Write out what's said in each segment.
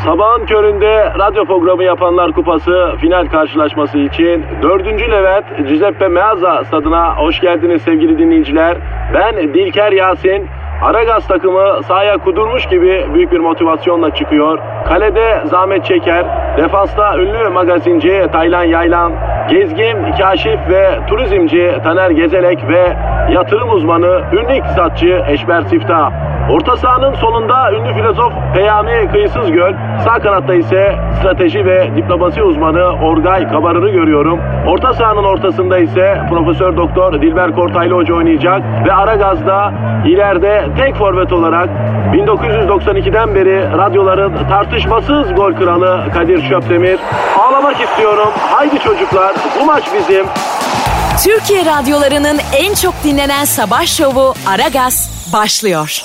Sabahın köründe radyo programı yapanlar kupası final karşılaşması için 4. Levent Giuseppe Meazza stadına hoş geldiniz sevgili dinleyiciler. Ben Dilker Yasin. Aragaz takımı sahaya kudurmuş gibi büyük bir motivasyonla çıkıyor. Kalede Zahmet Çeker, defansta ünlü magazinci Taylan Yaylan, gezgin, kaşif ve turizmci Taner Gezelek ve yatırım uzmanı, ünlü iktisatçı Eşber Siftah. Orta sahanın solunda ünlü filozof Peyami Kıyısızgöl, sağ kanatta ise strateji ve diplomasi uzmanı Orgay Kabarır'ı görüyorum. Orta sahanın ortasında ise Profesör Doktor Dilber Kortaylı Hoca oynayacak ve Aragaz'da ileride tek forvet olarak 1992'den beri radyoların tartışmasız gol kralı Kadir Şöpdemir. Ağlamak istiyorum. Haydi çocuklar, bu maç bizim. Türkiye radyolarının en çok dinlenen sabah şovu Aragaz başlıyor.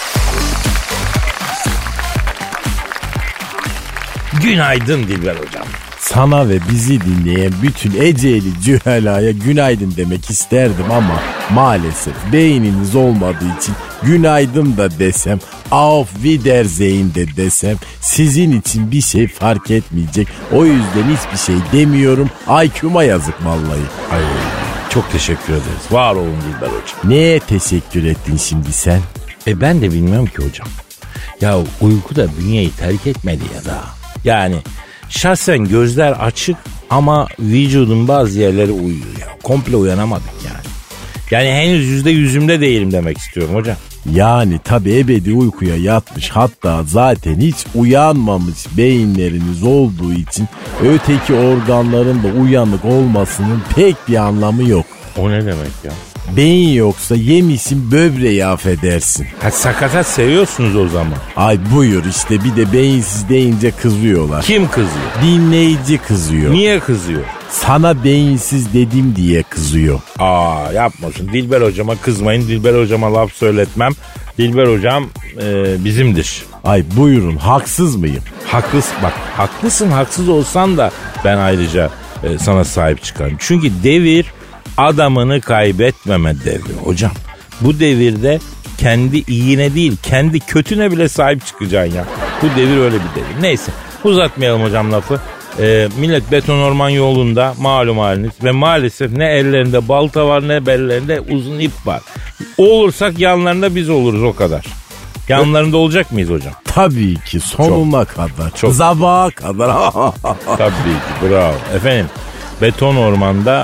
Günaydın Dilber hocam. Sana ve bizi dinleyen bütün eceli cühelaya günaydın demek isterdim ama maalesef beyniniz olmadığı için günaydın da desem, auf Wiedersehen de desem sizin için bir şey fark etmeyecek. O yüzden hiçbir şey demiyorum. IQ'ma yazık vallahi. Ay, çok teşekkür ederiz. Var olun Dilber hocam. Neye teşekkür ettin şimdi sen? Ben de bilmiyorum ki hocam. Ya uyku da bünyeyi terk etmedi ya da. Yani şahsen gözler açık ama vücudun bazı yerleri uyuyor ya. Komple uyanamadık yani. Yani henüz %100'ümde değilim demek istiyorum hocam. Yani tabi ebedi uykuya yatmış, hatta zaten hiç uyanmamış beyinleriniz olduğu için öteki organların da uyanık olmasının pek bir anlamı yok. O ne demek ya? Beyin yoksa yemişsin böbreği, affedersin. Ha, sakatat seviyorsunuz o zaman. Ay buyur işte, bir de beyinsiz deyince kızıyorlar. Kim kızıyor? Dinleyici kızıyor. Niye kızıyor? Sana beyinsiz dedim diye kızıyor. Yapmasın. Dilber hocama kızmayın. Dilber hocama laf söyletmem. Dilber hocam bizimdir. Ay buyurun, haksız mıyım? Haklısın bak, haklısın, haksız olsan da ben ayrıca sana sahip çıkarım. Çünkü devir adamını kaybetmeme devri hocam. Bu devirde kendi iyine değil kendi kötüne bile sahip çıkacaksın ya. Bu devir öyle bir devir. Neyse, uzatmayalım hocam lafı. Millet beton orman yolunda, malum haliniz, ve maalesef ne ellerinde balta var ne bellerinde uzun ip var. Olursak yanlarında biz oluruz, o kadar. Yanlarında olacak mıyız hocam? Tabii ki sonuna kadar. Çok. Sabaha kadar. Tabii ki, bravo. Efendim, beton ormanda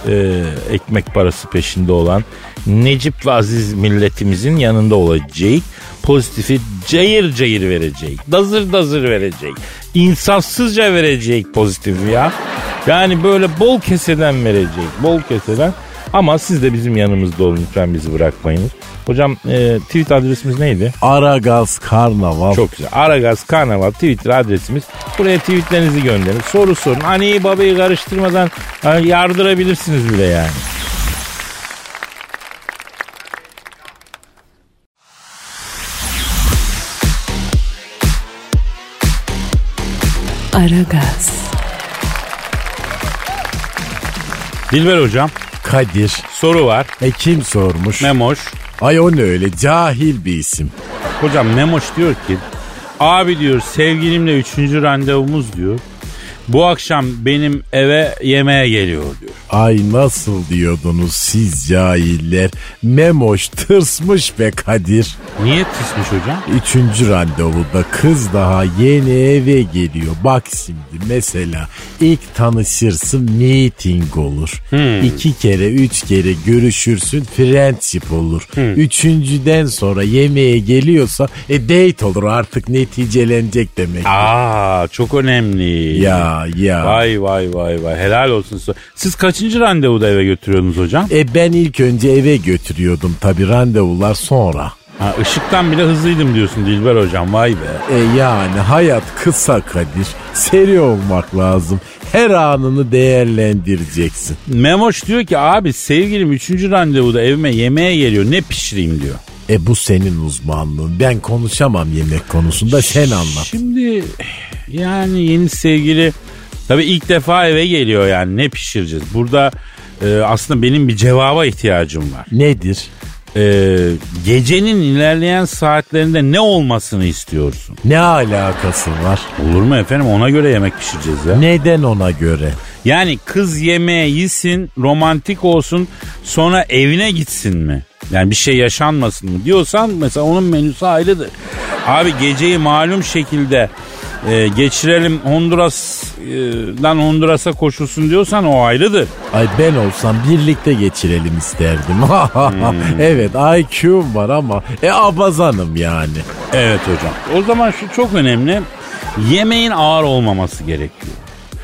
ekmek parası peşinde olan Necip ve Aziz milletimizin yanında olacak. Pozitifi cayır cayır verecek. Dazır dazır verecek. İnsafsızca verecek pozitifi ya. Yani böyle bol keseden verecek. Bol keseden. Ama siz de bizim yanımızda olun lütfen, bizi bırakmayınız. Hocam tweet adresimiz neydi? Aragaz Karnaval. Çok güzel. Aragaz Karnaval Twitter adresimiz. Buraya tweetlerinizi gönderin. Soru sorun. Anneyi babayı karıştırmadan yardırabilirsiniz bile yani. Aragaz. Dilber hocam. Kadir. Soru var. Kim sormuş? Memoş. Ay o ne öyle, cahil bir isim. Hocam Memoş diyor ki, abi diyor sevgilimle 3. randevumuz diyor. Bu akşam benim eve yemeğe geliyor diyor. Ay nasıl diyordunuz siz cahiller? Memoş tırsmış be Kadir. Niye tırsmış hocam? 3. randevuda kız daha yeni eve geliyor. Bak şimdi mesela ilk tanışırsın, meeting olur. 2 kere 3 kere görüşürsün, friendship olur. 3.'den sonra yemeğe geliyorsa date olur, artık neticelenecek demek. Çok önemli. Ya. Vay helal olsun. Siz kaçıncı randevuda eve götürüyordunuz hocam? Ben ilk önce eve götürüyordum tabii, randevular sonra. Işıktan bile hızlıydım diyorsun Dilber hocam, vay be. Yani hayat kısa Kadir, seri olmak lazım. Her anını değerlendireceksin. Memoş diyor ki abi sevgilim 3. randevuda evime yemeğe geliyor, ne pişireyim diyor. Bu senin uzmanlığın, ben konuşamam yemek konusunda, sen anlat. Şimdi yani yeni sevgili tabii ilk defa eve geliyor, yani ne pişireceğiz? Burada aslında benim bir cevaba ihtiyacım var. Nedir? gecenin ilerleyen saatlerinde ne olmasını istiyorsun? Ne alakası var? Olur mu efendim, ona göre yemek pişireceğiz ya. Neden ona göre? Yani kız yemeğe yesin, romantik olsun, sonra evine gitsin mi? Yani bir şey yaşanmasın mı diyorsan mesela onun menüsü ayrıdır. Abi geceyi malum şekilde geçirelim, Honduras'dan Honduras'a koşulsun diyorsan o ayrıdır. Ay ben olsam birlikte geçirelim isterdim. Evet IQ'm var ama abazanım yani. Evet hocam. O zaman şu çok önemli. Yemeğin ağır olmaması gerekiyor.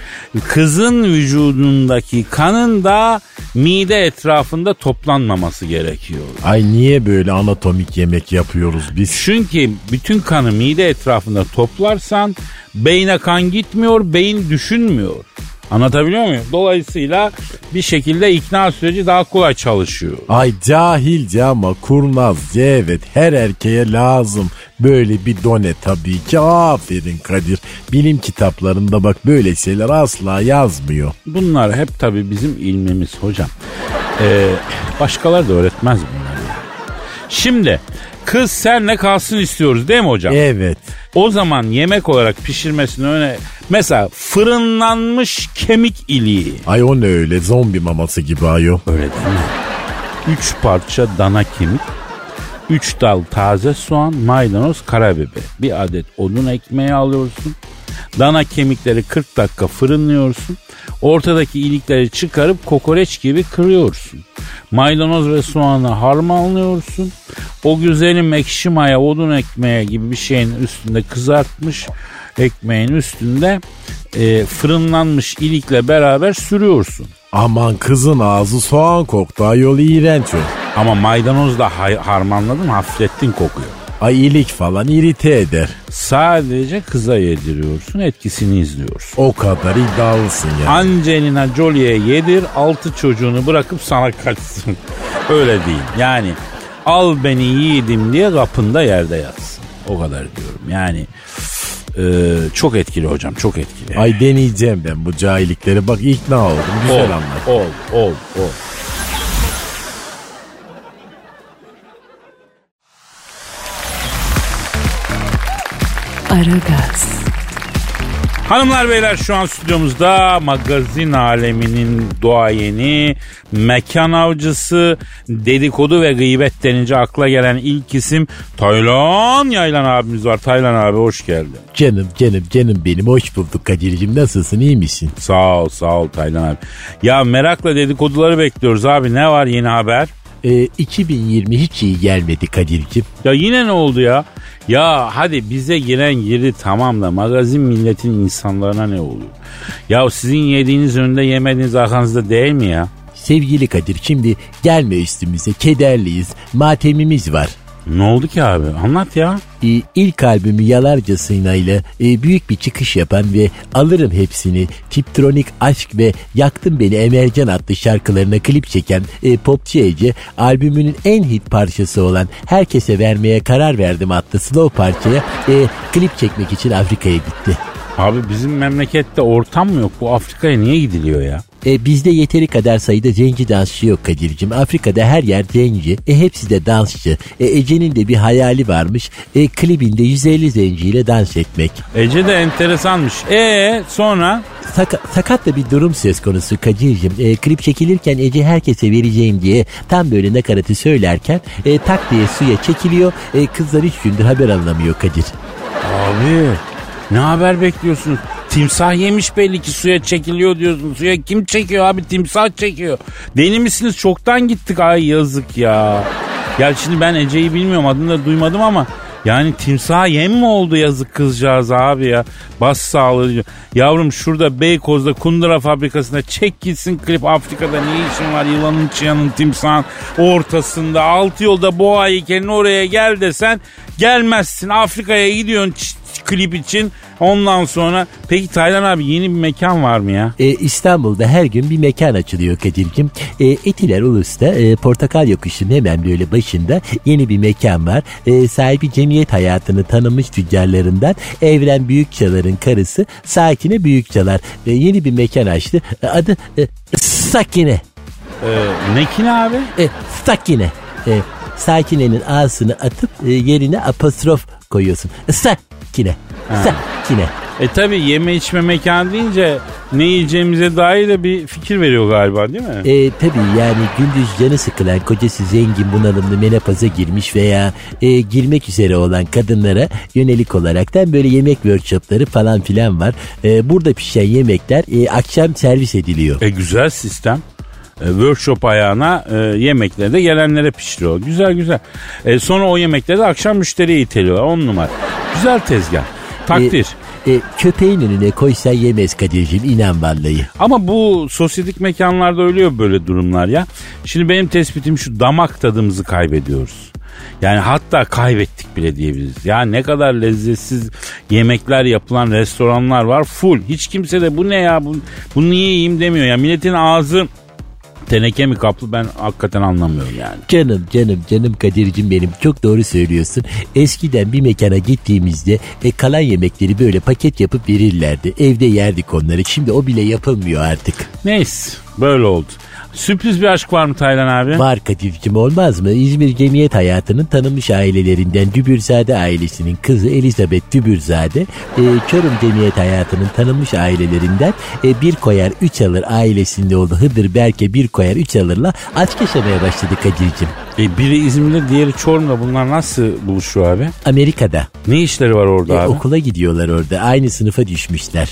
Kızın vücudundaki kanın da mide etrafında toplanmaması gerekiyor. Ay niye böyle anatomik yemek yapıyoruz biz? Çünkü bütün kanı mide etrafında toplarsan beyne kan gitmiyor, beyin düşünmüyor. Anlatabiliyor muyum? Dolayısıyla bir şekilde ikna süreci daha kolay çalışıyor. Ay cahilce ama kurnazca, evet, her erkeğe lazım böyle bir done tabii ki. Aferin Kadir. Bilim kitaplarında bak böyle şeyler asla yazmıyor. Bunlar hep tabii bizim ilmimiz hocam. Başkaları da öğretmez bunları. Şimdi kız senle kalsın istiyoruz değil mi hocam? Evet. O zaman yemek olarak pişirmesini mesela fırınlanmış kemik iliği. Ay o ne öyle, zombi maması gibi ayo. Öyle değil mi? 3 parça dana kemik, 3 dal taze soğan, maydanoz, karabiber. Bir adet odun ekmeği alıyorsun. Dana kemikleri 40 dakika fırınlıyorsun. Ortadaki ilikleri çıkarıp kokoreç gibi kırıyorsun. Maydanoz ve soğanı harmanlıyorsun. O güzelim ekşi maya odun ekmeği gibi bir şeyin üstünde kızartmış ekmeğin üstünde fırınlanmış ilikle beraber sürüyorsun. Aman kızın ağzı soğan koktu ayol, iğrenç o. Ama maydanoz da harmanladın, hafiflettin kokuyor. Ay ilik falan irite eder. Sadece kıza yediriyorsun, etkisini izliyorsun. O kadar iddialısın yani. Angelina Jolie'ye yedir, 6 çocuğunu bırakıp sana kaçsın. Öyle değil. Yani al beni yiğidim diye kapında yerde yatsın. O kadar diyorum. Yani çok etkili hocam, çok etkili. Ay deneyeceğim ben bu cahillikleri. Bak ikna oldum. Güzel anladım. Ol. Aragaz. Hanımlar beyler, şu an stüdyomuzda magazin aleminin duayeni, mekan avcısı, dedikodu ve gıybet denince akla gelen ilk isim Taylan Yaylan abimiz var. Taylan abi hoş geldin. Canım benim, hoş bulduk Kadir'cim, nasılsın, iyi misin? Sağ ol Taylan abi. Ya merakla dedikoduları bekliyoruz abi, ne var yeni haber? 2020 hiç iyi gelmedi Kadir'cim. Ya yine ne oldu ya? Ya hadi bize giren girdi tamam da magazin milletin insanlarına ne oluyor? Ya sizin yediğiniz önünde yemediğiniz arkanızda değil mi ya? Sevgili Kadir, şimdi gelme üstümüze, kederliyiz, matemimiz var. Ne oldu ki abi? Anlat ya. İlk albümü yalarcasıyla büyük bir çıkış yapan ve alırım hepsini, Tiptronik Aşk ve Yaktın Beni Emercan adlı şarkılarına klip çeken popçu Ece, albümünün en hit parçası olan Herkese Vermeye Karar Verdim adlı slow parçaya klip çekmek için Afrika'ya gitti. Abi bizim memlekette ortam mı yok? Bu Afrika'ya niye gidiliyor ya? Bizde yeteri kadar sayıda zenci dansçı yok Kadir'cim. Afrika'da her yer zenci. Hepsi de dansçı. Ece'nin de bir hayali varmış. Klibinde 150 zenciyle dans etmek. Ece de enteresanmış. Sonra? Sakat da bir durum söz konusu Kadir'cim. Klip çekilirken Ece herkese vereceğim diye tam böyle nakaratı söylerken tak diye suya çekiliyor. Kızlar 3 gündür haber alınamıyor Kadir. Abi ne haber bekliyorsunuz? Timsah yemiş belli ki, suya çekiliyor diyorsun. Suya kim çekiyor abi? Timsah çekiyor. Deli misiniz? Çoktan gittik. Ay yazık ya. Ya şimdi ben Ece'yi bilmiyorum, adını da duymadım ama yani timsah yem mi oldu yazık kızcağız abi ya. Bas sağlığı diyor. Yavrum şurada Beykoz'da kundura fabrikasında çek gitsin klip. Afrika'da ne işin var yılanın, çıyanın, timsahın ortasında, altı yolda boğa heykelinin oraya gel desen gelmezsin. Afrika'ya gidiyorsun klip için. Ondan sonra peki Taylan abi, yeni bir mekan var mı ya? İstanbul'da her gün bir mekan açılıyor Kadir'cim. Etiler Ulus'ta Portakal Yokuşu'nun hemen böyle başında yeni bir mekan var. Sahibi cemiyet hayatını tanımış tüccarlarından Evren Büyükçalar'ın karısı Sakine Büyükçalar yeni bir mekan açtı. Adı Sakine. Ne kine abi? Sakine. Sakine'nin ağasını atıp yerine apostrof koyuyorsun. Sakine. Sakine. Tabi yeme içme mekanı deyince ne yiyeceğimize dair de bir fikir veriyor galiba, değil mi? Tabii yani gündüz canı sıkılan, kocası zengin, bunalımlı, menopoza girmiş veya girmek üzere olan kadınlara yönelik olaraktan böyle yemek workshopları falan filan var. Burada pişen yemekler akşam servis ediliyor. Güzel sistem. Workshop ayağına yemekleri de gelenlere pişiriyor. Güzel. Sonra o yemekleri de akşam müşteriye iteliyorlar. 10 numara. Güzel tezgah. Takdir. Köpeğin önüne koysa yemez Kadir'cim, inan vallahi. Ama bu sosyetik mekanlarda ölüyor böyle durumlar ya. Şimdi benim tespitim şu, damak tadımızı kaybediyoruz. Yani hatta kaybettik bile diyebiliriz. Ya ne kadar lezzetsiz yemekler yapılan restoranlar var, full. Hiç kimse de bu ne ya, bunu niye yiyeyim demiyor. Ya milletin ağzı teneke mi kaplı, ben hakikaten anlamıyorum yani. Canım Kadir'cim benim, çok doğru söylüyorsun. Eskiden bir mekana gittiğimizde kalan yemekleri böyle paket yapıp verirlerdi. Evde yerdik onları. Şimdi o bile yapılmıyor artık. Neyse, böyle oldu. Sürpriz bir aşk var mı Taylan abi? Var Kadir'cim, olmaz mı? İzmir cemiyet hayatının tanınmış ailelerinden Dübürzade ailesinin kızı Elizabeth Dübürzade, Çorum cemiyet hayatının tanınmış ailelerinden bir koyar üç alır ailesinde oldu Hıdır Berke bir koyar üç alırla aşk yaşamaya başladı Kadir'cim. Biri İzmir'de, diğeri Çorum'da. Bunlar nasıl buluşuyor abi? Amerika'da. Ne işleri var orada abi? Okula gidiyorlar orada. Aynı sınıfa düşmüşler.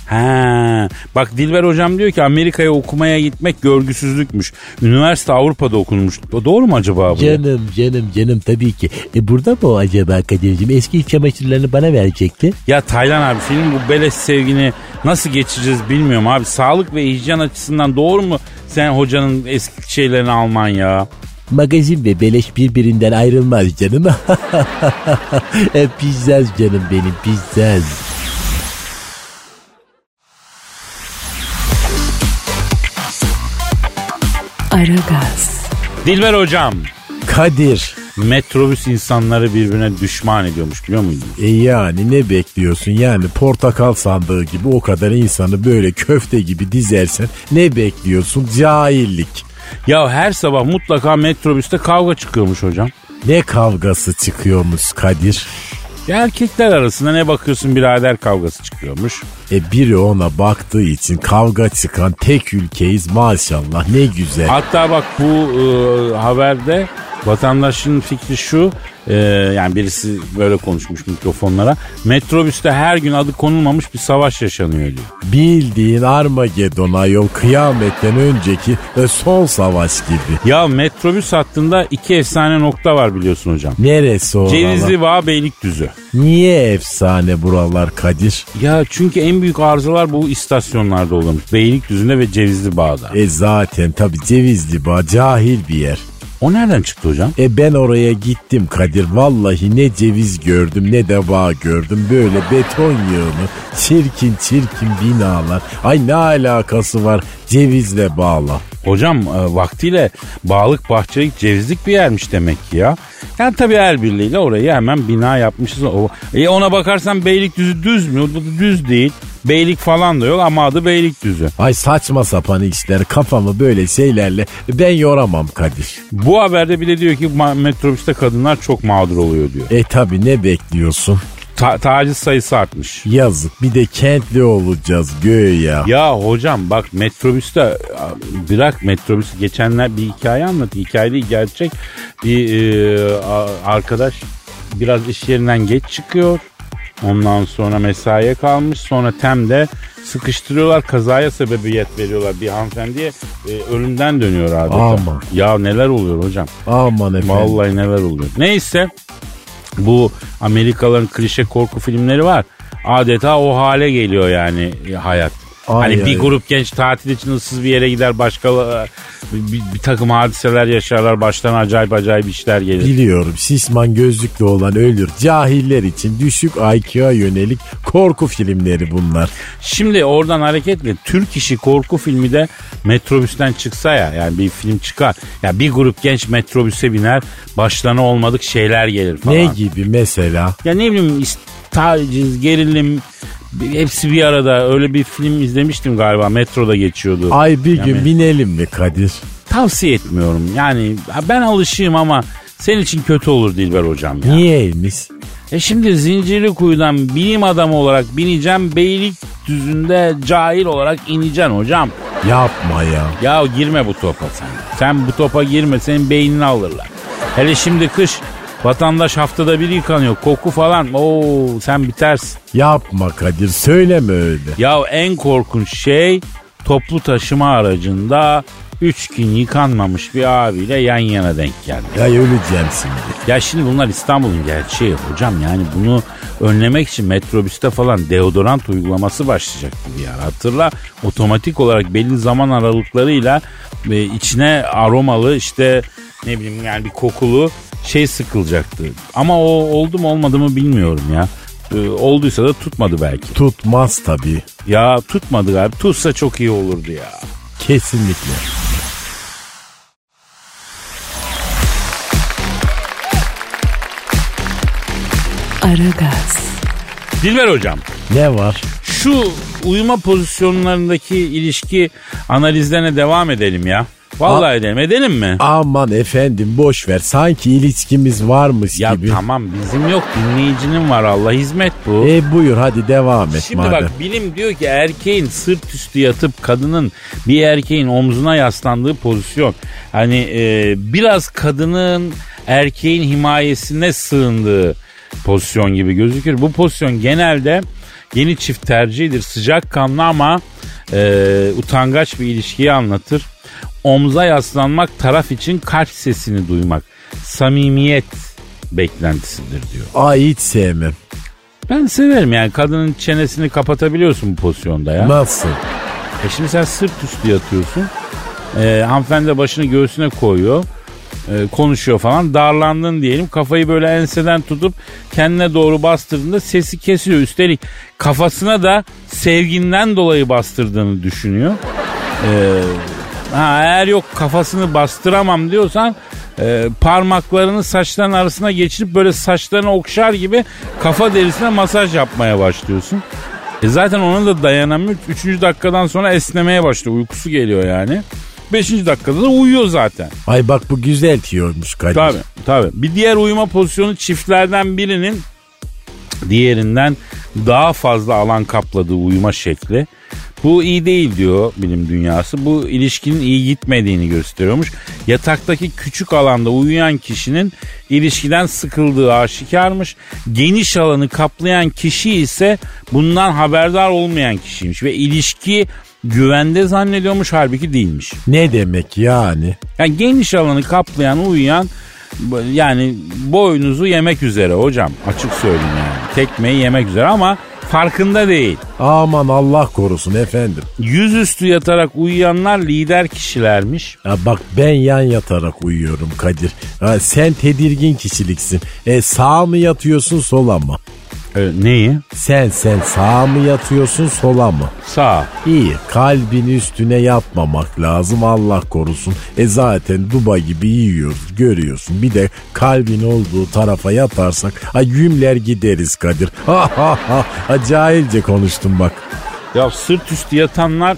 Bak Dilber hocam diyor ki Amerika'ya okumaya gitmek görgüsüzlükmüş. Üniversite Avrupa'da okunmuş. O doğru mu acaba bu? Canım tabii ki. Burada mı o acaba Kadir'cim? Eski çamaşırlarını bana verecekti. Ya Taylan abi, senin bu beleş sevgini nasıl geçeceğiz bilmiyorum abi. Sağlık ve hijyen açısından doğru mu sen hocanın eski şeylerini alman ya? Magazin ve beleş birbirinden ayrılmaz canım. Pizzaz canım benim, pizzaz. Aragaz. Dilber hocam. Kadir. Metrobüs insanları birbirine düşman ediyormuş, biliyor muydun? Yani ne bekliyorsun? Yani portakal sandığı gibi o kadar insanı böyle köfte gibi dizersen ne bekliyorsun? Cahillik. Ya her sabah mutlaka metrobüste kavga çıkıyormuş hocam. Ne kavgası çıkıyormuş Kadir? Ya erkekler arasında ne bakıyorsun birader kavgası çıkıyormuş. Biri ona baktığı için kavga çıkan tek ülkeyiz maşallah, ne güzel. Hatta bak bu haberde vatandaşın fikri şu, yani birisi böyle konuşmuş mikrofonlara. Metrobüste her gün adı konulmamış bir savaş yaşanıyor diyor. Bildiğin Armageddon ayol, kıyametten önceki son savaş gibi. Ya metrobüs hattında 2 efsane nokta var biliyorsun hocam. Neresi oralar? Cevizli Bağ, Beylikdüzü. Niye efsane buralar Kadir? Ya çünkü en büyük arızalar bu istasyonlarda olmuş. Beylikdüzü'nde ve Cevizli Bağ'da. Zaten tabii Cevizli Bağ cahil bir yer. O nereden çıktı hocam? Ben oraya gittim Kadir. Vallahi ne ceviz gördüm ne de bağ gördüm. Böyle beton yığını, çirkin binalar. Ay ne alakası var cevizle bağla? Hocam vaktiyle bağlık bahçelik cevizlik bir yermiş demek ki ya. Yani tabii el birliğiyle orayı hemen bina yapmışız. Ona bakarsan Beylikdüzü düz mü? Düz değil. Beylik falan da yok ama adı Beylikdüzü. Ay saçma sapan işler, kafamı böyle şeylerle ben yoramam Kadir. Bu haberde bile diyor ki metrobüste kadınlar çok mağdur oluyor diyor. Tabii ne bekliyorsun? Taciz sayısı artmış. Yazık, bir de kentli olacağız göya. Ya hocam bak metrobüste, bırak metrobüsü, geçenler bir hikaye anlattı. Hikaye değil, gerçek. Bir arkadaş biraz iş yerinden geç çıkıyor. Ondan sonra mesaiye kalmış. Sonra Tem'de sıkıştırıyorlar. Kazaya sebebiyet veriyorlar bir hanımefendiye. Ölümden dönüyor abi. Aman. Ya neler oluyor hocam. Aman efendim. Vallahi neler oluyor. Neyse. Bu Amerikalıların klişe korku filmleri var. Adeta o hale geliyor yani hayat. Hani bir grup genç tatil için ıssız bir yere gider, başka bir takım hadiseler yaşarlar, baştan acayip işler gelir. Biliyorum, şişman gözlüklü olan ölür. Cahiller için düşük IQ'ya yönelik korku filmleri bunlar. Şimdi oradan hareketle Türk işi korku filmi de metrobüsten çıksa ya, yani bir film çıkar. Ya bir grup genç metrobüse biner, başlarına olmadık şeyler gelir falan. Ne gibi mesela? Ya ne bileyim, taciz, gerilim, hepsi bir arada. Öyle bir film izlemiştim galiba, metroda geçiyordu. Ay bir gün binelim mi Kadir? Tavsiye etmiyorum. Yani ben alışığım ama senin için kötü olur Dilber hocam ya. Niyeymiş? Şimdi Zincirlikuyu'dan bilim adamı olarak bineceğim, Beylikdüzü'nde cahil olarak ineceksin hocam. Yapma ya. Ya girme bu topa sen. Sen bu topa girme, senin beynini alırlar. Hele şimdi kış, vatandaş haftada bir yıkanıyor, koku falan. Oo, sen bitersin. Yapma Kadir, söyleme öyle. Ya en korkunç şey toplu taşıma aracında 3 gün yıkanmamış bir abiyle yan yana denk geldi. Ya öleceğim şimdi. Ya şimdi bunlar İstanbul'un gerçeği hocam. Yani bunu önlemek için metrobüste falan deodorant uygulaması başlayacak gibi ya. Hatırla, otomatik olarak belli zaman aralıklarıyla içine aromalı işte ne bileyim yani bir kokulu şey sıkılacaktı. Ama o oldu mu olmadı mı bilmiyorum ya. Olduysa da tutmadı belki. Tutmaz tabii. Ya tutmadı galiba. Tutsa çok iyi olurdu ya. Kesinlikle. Aragaz. Dilber hocam. Ne var? Şu uyuma pozisyonlarındaki ilişki analizlerine devam edelim ya. Vallahi edelim mi? Aman efendim boş ver. Sanki ilişkimiz varmış ya gibi. Ya tamam, bizim yok, dinleyicinin var, Allah hizmet bu. Buyur hadi devam et. Şimdi madem. bak, bilim diyor ki erkeğin sırt üstü yatıp kadının bir erkeğin omzuna yaslandığı pozisyon. Hani biraz kadının erkeğin himayesine sığındığı pozisyon gibi gözükür. Bu pozisyon genelde yeni çift tercihidir. Sıcakkanlı ama utangaç bir ilişkiyi anlatır. Omza yaslanmak taraf için kalp sesini duymak, samimiyet beklentisidir diyor. Ay hiç sevmem. Ben severim yani, kadının çenesini kapatabiliyorsun bu pozisyonda ya. Nasıl? Şimdi sen sırt üstü yatıyorsun. Hanımefendi de başını göğsüne koyuyor. Konuşuyor falan. Darlandın diyelim. Kafayı böyle enseden tutup kendine doğru bastırdığında sesi kesiyor. Üstelik kafasına da sevginden dolayı bastırdığını düşünüyor. Eğer yok kafasını bastıramam diyorsan parmaklarını saçların arasına geçirip böyle saçlarını okşar gibi kafa derisine masaj yapmaya başlıyorsun. Zaten ona da dayanamıyor. 3. dakikadan sonra esnemeye başlıyor. Uykusu geliyor yani. 5. dakikada da uyuyor zaten. Ay bak bu güzel tiyormuş Kadir. Tabii. Bir diğer uyuma pozisyonu çiftlerden birinin diğerinden daha fazla alan kapladığı uyuma şekli. Bu iyi değil diyor bilim dünyası. Bu ilişkinin iyi gitmediğini gösteriyormuş. Yataktaki küçük alanda uyuyan kişinin ilişkiden sıkıldığı aşikarmış. Geniş alanı kaplayan kişi ise bundan haberdar olmayan kişiymiş. Ve ilişki güvende zannediyormuş, halbuki değilmiş. Ne demek yani? Yani geniş alanı kaplayan, uyuyan, yani boynuzu yemek üzere hocam. Açık söyleyeyim yani. Tekmeyi yemek üzere ama farkında değil. Aman Allah korusun efendim. Yüzüstü yatarak uyuyanlar lider kişilermiş. Ya bak ben yan yatarak uyuyorum Kadir. Sen tedirgin kişiliksin. Sağ mı yatıyorsun sola mı? Neyi? Sen sağa mı yatıyorsun sola mı? Sağ. İyi, kalbin üstüne yatmamak lazım, Allah korusun. Zaten duba gibi yiyoruz, görüyorsun. Bir de kalbin olduğu tarafa yatarsak gümler gideriz Kadir. Cahilce konuştum bak. Ya sırt üstü yatanlar,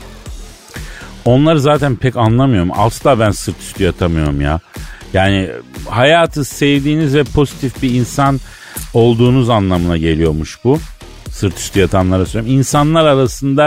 onları zaten pek anlamıyorum. Asla ben sırt üstü yatamıyorum ya. Yani hayatı sevdiğiniz ve pozitif bir insan olduğunuz anlamına geliyormuş bu. Sırt üstü yatanlara söylüyorum. İnsanlar arasında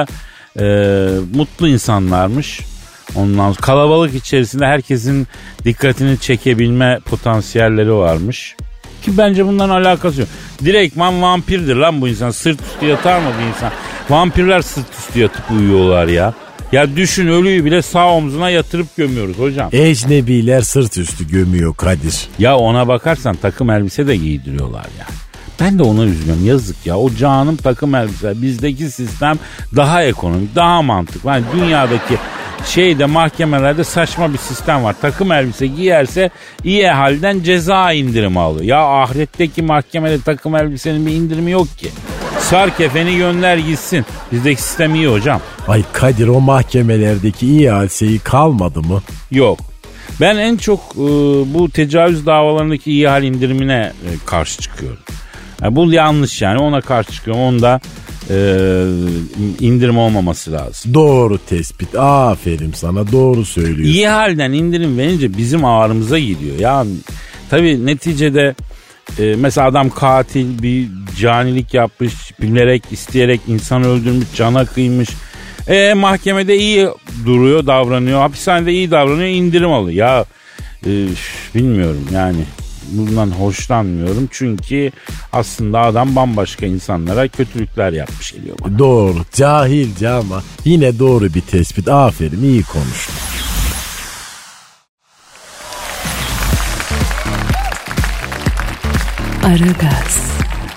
mutlu insanlarmış. Ondan sonra kalabalık içerisinde herkesin dikkatini çekebilme potansiyelleri varmış. Ki bence bunların alakası yok. Direktman vampirdir lan bu insan. Sırt üstü yatar mı bir insan? Vampirler sırt üstü yatıp uyuyorlar ya. Ya düşün, ölüyü bile sağ omzuna yatırıp gömüyoruz hocam. Ecnebiler sırt üstü gömüyor Kadir. Ya ona bakarsan takım elbise de giydiriyorlar yani. Ben de ona üzülüyorum, yazık ya. O canım takım elbise. Bizdeki sistem daha ekonomik, daha mantıklı. Yani dünyadaki mahkemelerde saçma bir sistem var. Takım elbise giyerse iyi halden ceza indirimi alıyor. Ya ahiretteki mahkemede takım elbisenin bir indirimi yok ki. Sar kefeni gönder gitsin. Bizdeki sistem iyi hocam. Ay Kadir, o mahkemelerdeki ihalesi kalmadı mı? Yok. Ben en çok bu tecavüz davalarındaki ihale indirimine karşı çıkıyorum. Yani bu yanlış yani, ona karşı çıkıyorum. Onda indirim olmaması lazım. Doğru tespit. Aferin sana, doğru söylüyorsun. İyi halden indirim verince bizim ağrımıza gidiyor. Ya Tabii neticede mesela adam katil, bir canilik yapmış, bilerek isteyerek insan öldürmüş, cana kıymış. Mahkemede iyi duruyor, davranıyor, hapishanede iyi davranıyor, indirim alıyor. Ya bilmiyorum yani, bundan hoşlanmıyorum çünkü aslında adam bambaşka insanlara kötülükler yapmış geliyor bana. Doğru, cahilce ama yine doğru bir tespit. Aferin, iyi konuştun. Aragaz.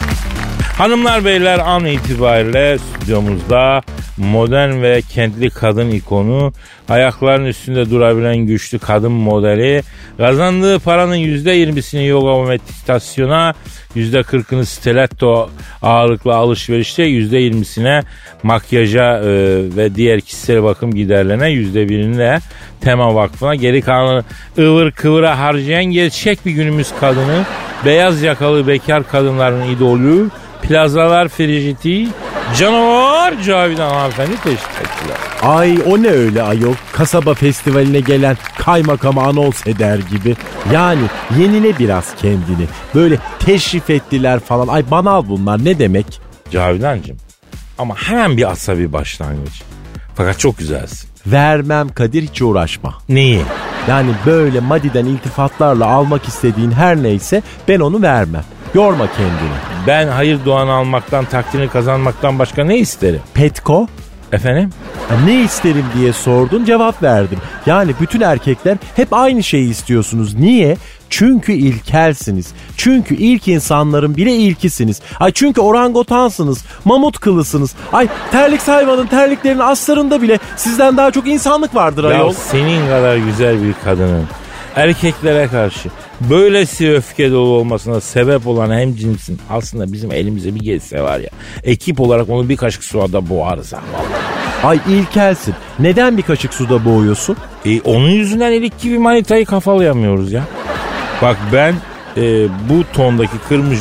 Hanımlar beyler, an itibariyle stüdyomuzda modern ve kentli kadın ikonu, ayaklarının üstünde durabilen güçlü kadın modeli, kazandığı paranın %20'sini yoga ve meditasyona, %40'ını stiletto ağırlıklı alışverişte, %20'sine makyaja ve diğer kişisel bakım giderlerine, %1'ini de Tema Vakfı'na, geri kalanı ıvır kıvıra harcayan gerçek bir günümüz kadını, beyaz yakalı bekar kadınların idolü, plazalar Frigiti, canavar Cavidan hanımefendi teşekkürler. Ay o ne öyle ayol, kasaba festivaline gelen kaymakama anons eder gibi. Yani yenile biraz kendini. Böyle teşrif ettiler falan. Ay banal bunlar, ne demek? Cavidancığım, ama hemen bir asabi başlangıç. Fakat çok güzelsin. Vermem Kadir, hiç uğraşma. Neyi? Yani böyle madiden iltifatlarla almak istediğin her neyse ben onu vermem. Yorma kendini. Ben hayır duanı almaktan, takdirini kazanmaktan başka ne isterim? Petko? Efendim? Ne isterim diye sordun, cevap verdim. Yani bütün erkekler hep aynı şeyi istiyorsunuz. Niye? Çünkü ilkelsiniz. Çünkü ilk insanların bile ilkisiniz. Ay çünkü orangotansınız. Mamut kılısınız. Ay terlik hayvanın terliklerinin aslarında bile sizden daha çok insanlık vardır ayol. Ya senin kadar güzel bir kadının erkeklere karşı böylesi öfke dolu olmasına sebep olan hemcinsin aslında bizim elimize bir geçse var ya, ekip olarak onu bir kaşık suda boğarız ha vallahi. Ay ilkelsin. Neden bir kaşık suda boğuyorsun? Onun yüzünden elik gibi manitayı kafalayamıyoruz ya. Bak ben bu tondaki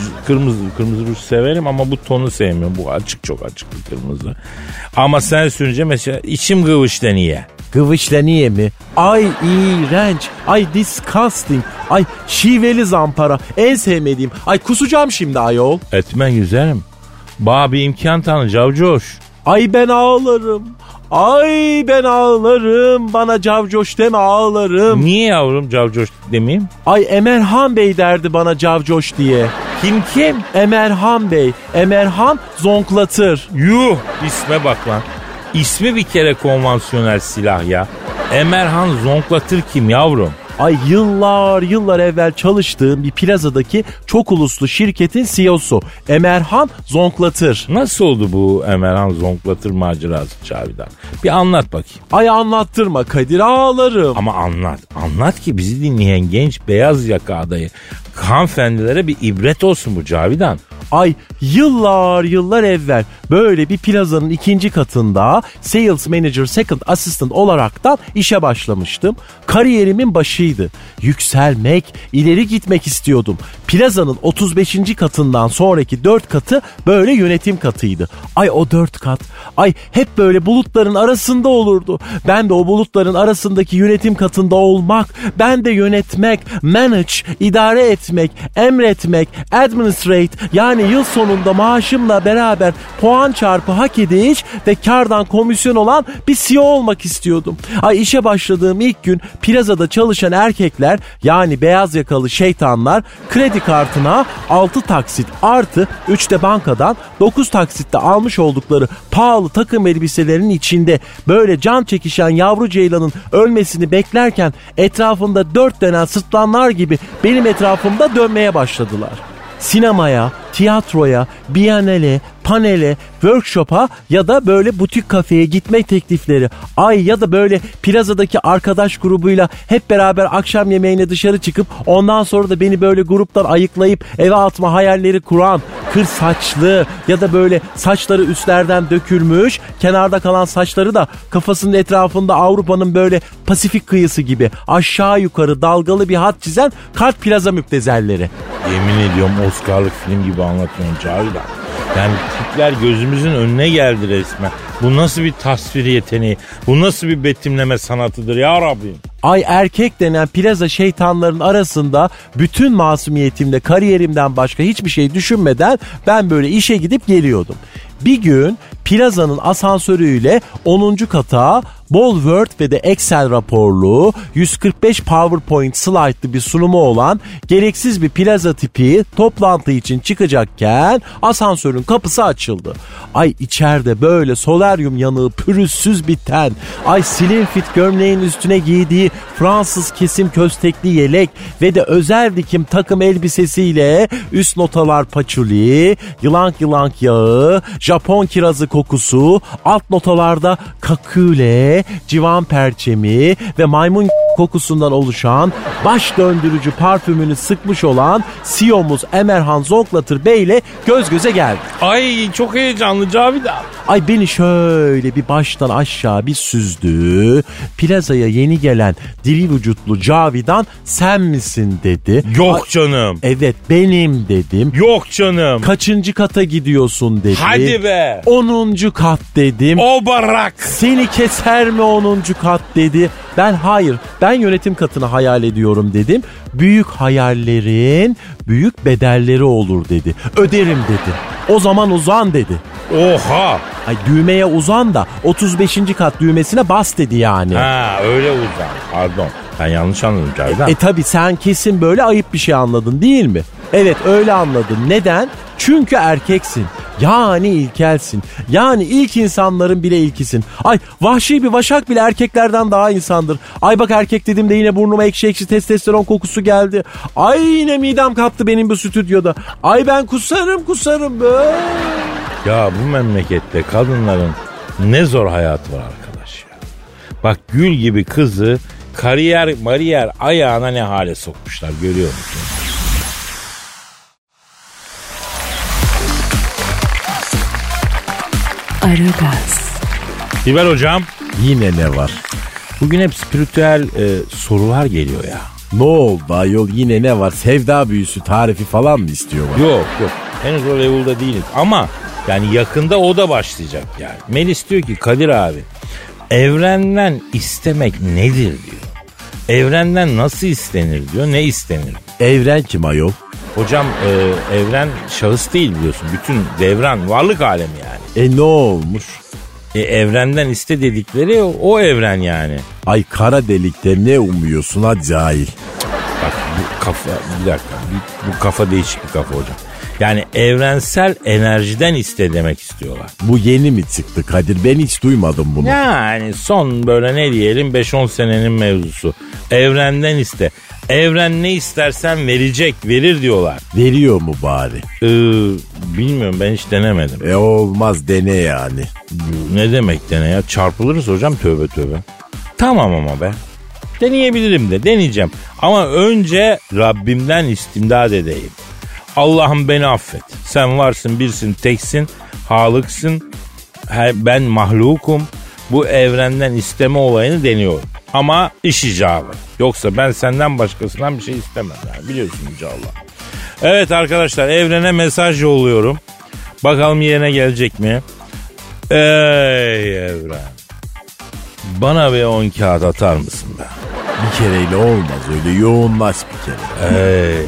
kırmızı ruj severim ama bu tonu sevmiyorum. Bu açık, çok açık bir kırmızı. Ama sen sürünce mesela içim gıvışta niye? Gıvışla niye mi? Ay iğrenç. Ay disgusting. Ay şiveli zampara. En sevmediğim. Ay kusacağım şimdi ayol. Etme güzelim. Bana bir imkan tanı Cavcoş. Ay ben ağlarım. Ay ben ağlarım. Bana Cavcoş deme, ağlarım. Niye yavrum Cavcoş demeyeyim? Ay Emerhan Bey derdi bana Cavcoş diye. Kim? Emerhan Bey. Emerhan zonklatır. Yuh, isme bak lan. İsmi bir kere konvansiyonel silah ya. Emerhan zonklatır kim yavrum? Ay yıllar evvel çalıştığım bir plazadaki çok uluslu şirketin CEO'su Emerhan zonklatır. Nasıl oldu bu Emerhan zonklatır macerası Cavidan? Bir anlat bakayım. Ay anlattırma Kadir, ağlarım. Ama anlat. Anlat ki bizi dinleyen genç beyaz yaka adayı hanımefendilere bir ibret olsun bu Cavidan. Ay yıllar evvel böyle bir plazanın 2. katında Sales Manager Second Assistant olaraktan işe başlamıştım. Kariyerimin başıydı. Yükselmek, ileri gitmek istiyordum. Plazanın 35. katından sonraki 4 katı böyle yönetim katıydı. Ay o 4 kat, ay hep böyle bulutların arasında olurdu. Ben de o bulutların arasındaki yönetim katında olmak, ben de yönetmek, manage, idare etmek, emretmek, administrate, yani yıl sonunda maaşımla beraber puan çarpı hak ediş ve kardan komisyon olan bir CEO olmak istiyordum. Ay işe başladığım ilk gün plazada çalışan erkekler, yani beyaz yakalı şeytanlar, kredi kartına 6 taksit artı 3 de bankadan 9 taksitte almış oldukları pahalı takım elbiselerinin içinde böyle can çekişen yavru ceylanın ölmesini beklerken etrafında 4 dönen sırtlanlar gibi benim etrafımda dönmeye başladılar. Sinemaya, tiyatroya, biyanele, panele, workshop'a ya da böyle butik kafeye gitme teklifleri. Ay ya da böyle plazadaki arkadaş grubuyla hep beraber akşam yemeğine dışarı çıkıp ondan sonra da beni böyle gruptan ayıklayıp eve atma hayalleri kuran, kır saçlı ya da böyle saçları üstlerden dökülmüş, kenarda kalan saçları da kafasının etrafında Avrupa'nın böyle Pasifik kıyısı gibi aşağı yukarı dalgalı bir hat çizen kart plaza müptezelleri. Yemin ediyorum Oscar'lık film gibi anlatıyorsun Cavidan. Yani tipler gözümüzün önüne geldi resmen. Bu nasıl bir tasvir yeteneği? Bu nasıl bir betimleme sanatıdır ya Rabbim? Ay erkek denen plaza şeytanların arasında bütün masumiyetimle kariyerimden başka hiçbir şey düşünmeden ben böyle işe gidip geliyordum. Bir gün plazanın asansörüyle 10. kata bol Word ve de Excel raporlu 145 PowerPoint slaytlı bir sunumu olan gereksiz bir plaza tipi toplantı için çıkacakken asansörün kapısı açıldı. Ay içeride böyle solaryum yanığı pürüzsüz bir ten, ay slim fit gömleğin üstüne giydiği Fransız kesim köstekli yelek ve de özel dikim takım elbisesiyle üst notalar paçuli, yılan yağı, Japon kirazı kokusu, alt notalarda kakule, civan perçemi ve maymun kokusundan oluşan baş döndürücü parfümünü sıkmış olan CEO'muz Emerhan Zonklatır Bey ile göz göze geldi. Ay çok heyecanlı Cavidan. Ay beni şöyle bir baştan aşağı bir süzdü. Plazaya yeni gelen diri vücutlu Cavidan sen misin dedi. Yok canım. Evet benim dedim. Yok canım. Kaçıncı kata gidiyorsun dedi. Hadi be. 10. kat dedim. O barak. Seni keser mi 10. kat dedi. Ben hayır, ben yönetim katını hayal ediyorum dedim. Büyük hayallerin büyük bedelleri olur dedi. Öderim dedi. O zaman uzan dedi. Oha. Ay düğmeye uzan da 35. kat düğmesine bas dedi yani. Ha öyle uzan. Pardon. Ben yanlış anladım Cavidan. Tabi sen kesin böyle ayıp bir şey anladın değil mi? Evet öyle anladın. Neden? Çünkü erkeksin. Yani ilkelsin. Yani ilk insanların bile ilkisin. Ay vahşi bir vaşak bile erkeklerden daha insandır. Ay bak erkek dedim de yine burnuma ekşi testosteron kokusu geldi. Ay yine midem kaptı benim bu stüdyoda. Ay ben kusarım be. Ya bu memlekette kadınların ne zor hayatı var arkadaş ya. Bak gül gibi kızı kariyer ayağına ne hale sokmuşlar görüyor musun? Aragaz. Dilber hocam. Yine ne var? Bugün hep spiritüel sorular geliyor ya. Ne oldu ayol yine ne var? Sevda büyüsü tarifi falan mı istiyorlar? Yok. Henüz o level'da değiliz ama yani yakında o da başlayacak yani. Melis diyor ki Kadir abi evrenden istemek nedir diyor. Evrenden nasıl istenir diyor. Ne istenir? Evren kim ayol? Hocam evren şahıs değil biliyorsun. Bütün devran varlık alemi yani. Ne olmuş? Evrenden iste dedikleri o evren yani. Ay kara delikte ne umuyorsun ha cahil? Bak bu kafa bir dakika bu kafa değişik bir kafa hocam. Yani evrensel enerjiden iste demek istiyorlar. Bu yeni mi çıktı Kadir? Ben hiç duymadım bunu. Yani son böyle ne diyelim 5-10 senenin mevzusu. Evrenden iste. Evren ne istersen verir diyorlar. Veriyor mu bari? Bilmiyorum ben hiç denemedim. Olmaz dene yani. Ne demek dene ya? Çarpılırız hocam tövbe. Tamam ama be. Deneyebilirim de deneyeceğim. Ama önce Rabbimden istimdad edeyim. Allah'ım beni affet. Sen varsın, birsin, teksin, halıksın. Ben mahlukum. Bu evrenden isteme olayını deniyorum. Ama iş icabı. Yoksa ben senden başkasından bir şey istemem. Yani biliyorsun inşallah. Evet arkadaşlar evrene mesaj yolluyorum. Bakalım yerine gelecek mi? Ey evren. Bana bir 10 kağıt atar mısın be? Bir kereyle olmaz öyle yoğunlaş bir kere. Ey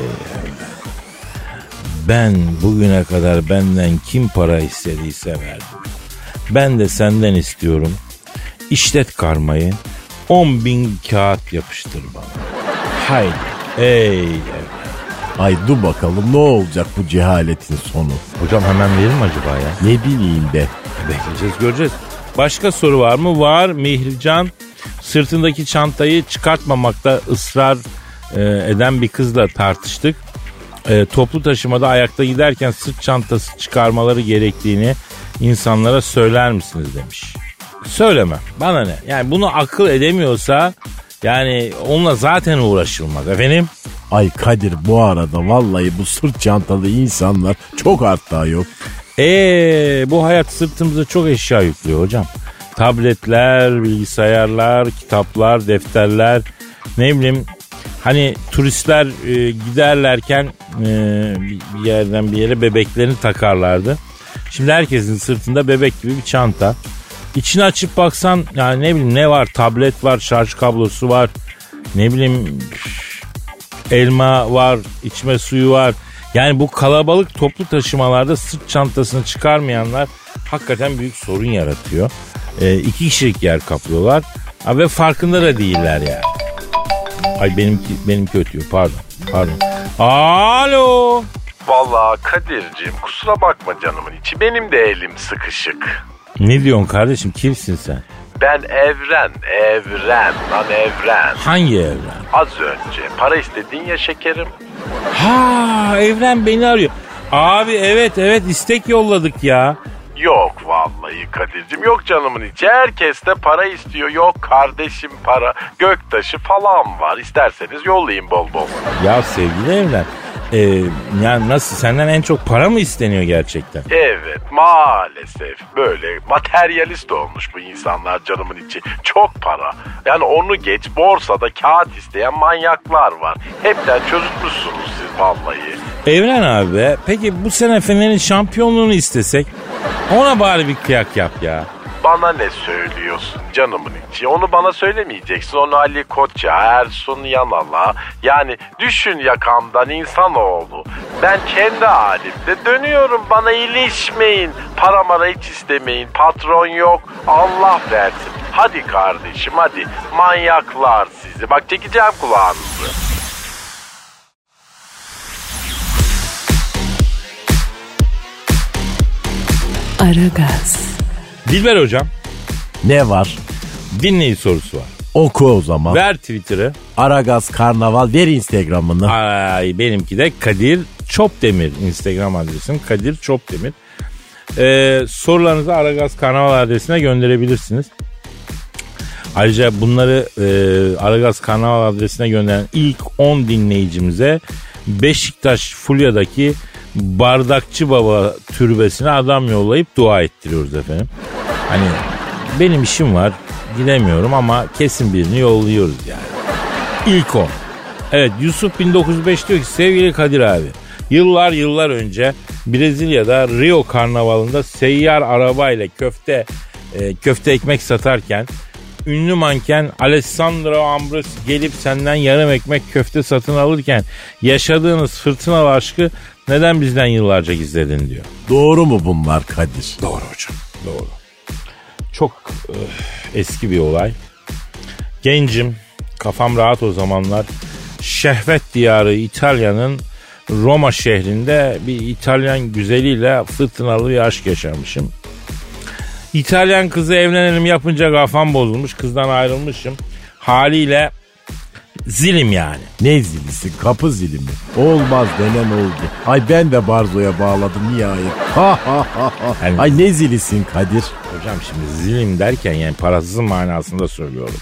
ben bugüne kadar benden kim para istediyse verdim. Ben de senden istiyorum. İşlet karmayı. 10.000 kağıt yapıştır bana. Haydi. Ey evren. Ay dur bakalım ne olacak bu cehaletin sonu? Hocam hemen verir mi acaba ya? Ne bileyim be. Bekleyeceğiz göreceğiz. Başka soru var mı? Var. Mihrican sırtındaki çantayı çıkartmamakta ısrar eden bir kızla tartıştık. Toplu taşımada ayakta giderken sırt çantası çıkarmaları gerektiğini insanlara söyler misiniz demiş. Söylemem. Bana ne? Yani bunu akıl edemiyorsa yani onunla zaten uğraşılmaz efendim. Ay Kadir bu arada vallahi bu sırt çantalı insanlar çok arttı ayol. Bu hayat sırtımıza çok eşya yüklüyor hocam. Tabletler, bilgisayarlar, kitaplar, defterler, ne bileyim. Hani turistler giderlerken bir yerden bir yere bebeklerini takarlardı. Şimdi herkesin sırtında bebek gibi bir çanta. İçini açıp baksan yani ne bileyim ne var? Tablet var, şarj kablosu var. Ne bileyim elma var, içme suyu var. Yani bu kalabalık toplu taşımalarda sırt çantasını çıkarmayanlar hakikaten büyük sorun yaratıyor. 2 kişilik yer kaplıyorlar ve farkında da değiller yani. Ay benimki ötüyor pardon. Alo. Vallahi Kadir'cim kusura bakma canımın içi, benim de elim sıkışık. Ne diyorsun kardeşim, kimsin sen? Ben Evren lan Evren. Hangi Evren? Az önce para istedin ya şekerim. Ha, Evren beni arıyor. Abi evet istek yolladık ya. Yok vallahi Kadir'cim, yok canımın içi, herkes de para istiyor. Yok kardeşim para, göktaşı falan var, isterseniz yollayayım bol bol. Ya sevgili Evren, yani nasıl, senden en çok para mı isteniyor gerçekten? Evet maalesef böyle materyalist olmuş bu insanlar canımın içi. Çok para, yani onu geç, borsada kağıt isteyen manyaklar var. Hepten çözülmüşsünüz siz vallahi. Evren abi, peki bu sene Fener'in şampiyonluğunu istesek, ona bari bir kıyak yap ya. Bana ne söylüyorsun canımın içi? Onu bana söylemeyeceksin. Onu Ali Koç'a, Ersun Yanal'a, yani düşün yakamdan insanoğlu. Ben kendi halimde dönüyorum, bana ilişmeyin. Para mara hiç istemeyin. Patron yok, Allah versin. Hadi kardeşim hadi, manyaklar sizi. Bak çekeceğim kulağınızı. Aragaz. Dilber hocam, Ne var? dinleyici sorusu var. Oku o zaman. Ver Twitter'ı. Aragaz Karnaval, ver Instagram'ını. Ay, benimki de Kadir Çopdemir. Instagram adresim Kadir Çopdemir. Sorularınızı Aragaz Karnaval adresine gönderebilirsiniz. Ayrıca bunları Aragaz Karnaval adresine gönderen ilk 10 dinleyicimize Beşiktaş Fulya'daki Bardakçı Baba türbesine adam yollayıp dua ettiriyoruz efendim. Hani benim işim var, gidemiyorum ama kesin birini yolluyoruz yani. İlk 10. Evet, Yusuf 1905 diyor ki sevgili Kadir abi, yıllar önce Brezilya'da Rio Karnavalı'nda seyyar arabayla köfte ekmek satarken ünlü manken Alessandro Ambros gelip senden yarım ekmek köfte satın alırken yaşadığınız fırtınalı aşkı neden bizden yıllarca gizledin diyor. Doğru mu bunlar Kadir? Doğru hocam, doğru. Çok eski bir olay. Gencim, kafam rahat o zamanlar. Şehvet diyarı İtalya'nın Roma şehrinde bir İtalyan güzeliyle fırtınalı bir aşk yaşamışım. İtalyan kızı evlenelim yapınca kafam bozulmuş, kızdan ayrılmışım. Haliyle zilim yani. Ne zilisi? Kapı zili mi? Olmaz denen oldu. Ay ben de barzoya bağladım nihayet. Yani, ay ne zilisin Kadir? hocam şimdi zilim derken yani parasızın manasında söylüyorum.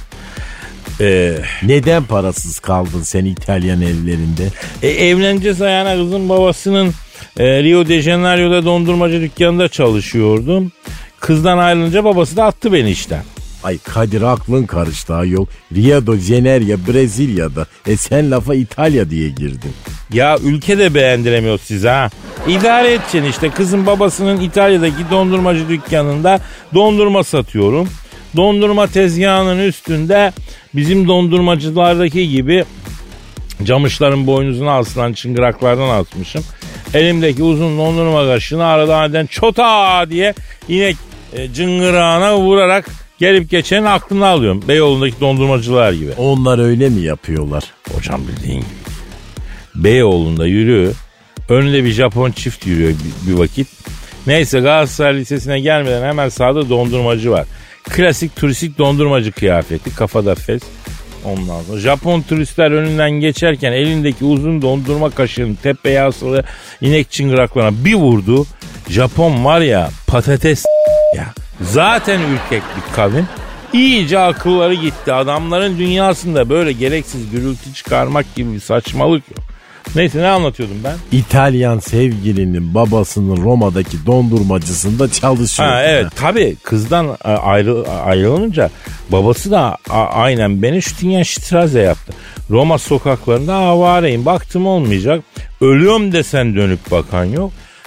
Neden parasız kaldın sen İtalyan evlerinde? Evleneceğiz ayağına kızın babasının Rio de Janeiro'da dondurmacı dükkanında çalışıyordum. Kızdan ayrılınca babası da attı beni işten. Ay Kadir aklın karıştı ayol. Rio de Janeiro Brezilya'da. Sen lafa İtalya diye girdin. Ya ülke de beğendiremiyor size ha. İdare edeceksin işte, kızın babasının İtalya'daki dondurmacı dükkanında dondurma satıyorum. Dondurma tezgahının üstünde bizim dondurmacılardaki gibi camışların boynuzuna asılan çıngıraklardan asmışım. Elimdeki uzun dondurma kaşığını aradan eden çota diye inek cıngırağına vurarak gelip geçenin aklını alıyorum. Beyoğlu'ndaki dondurmacılar gibi. Onlar öyle mi yapıyorlar? Hocam bildiğin gibi. Beyoğlu'nda yürüyor. Önünde bir Japon çift yürüyor bir vakit. Neyse, Galatasaray Lisesi'ne gelmeden hemen sağda dondurmacı var. Klasik turistik dondurmacı kıyafeti, kafada fes. Ondan sonra Japon turistler önünden geçerken elindeki uzun dondurma kaşığını tepeye asılı inek çıngıraklarına bir vurdu. Japon var ya, patates ya. Zaten ürkek bir kavim. İyice akılları gitti. Adamların dünyasında böyle gereksiz gürültü çıkarmak gibi bir saçmalık yok. Neyse, ne anlatıyordum ben? İtalyan sevgilinin babasının Roma'daki dondurmacısında çalışıyor. Ha, evet tabii, kızdan ayrılınca babası da aynen beni Stütgenstrasse yaptı. Roma sokaklarında avareyim, baktım olmayacak. Ölüyorum desen dönüp bakan yok.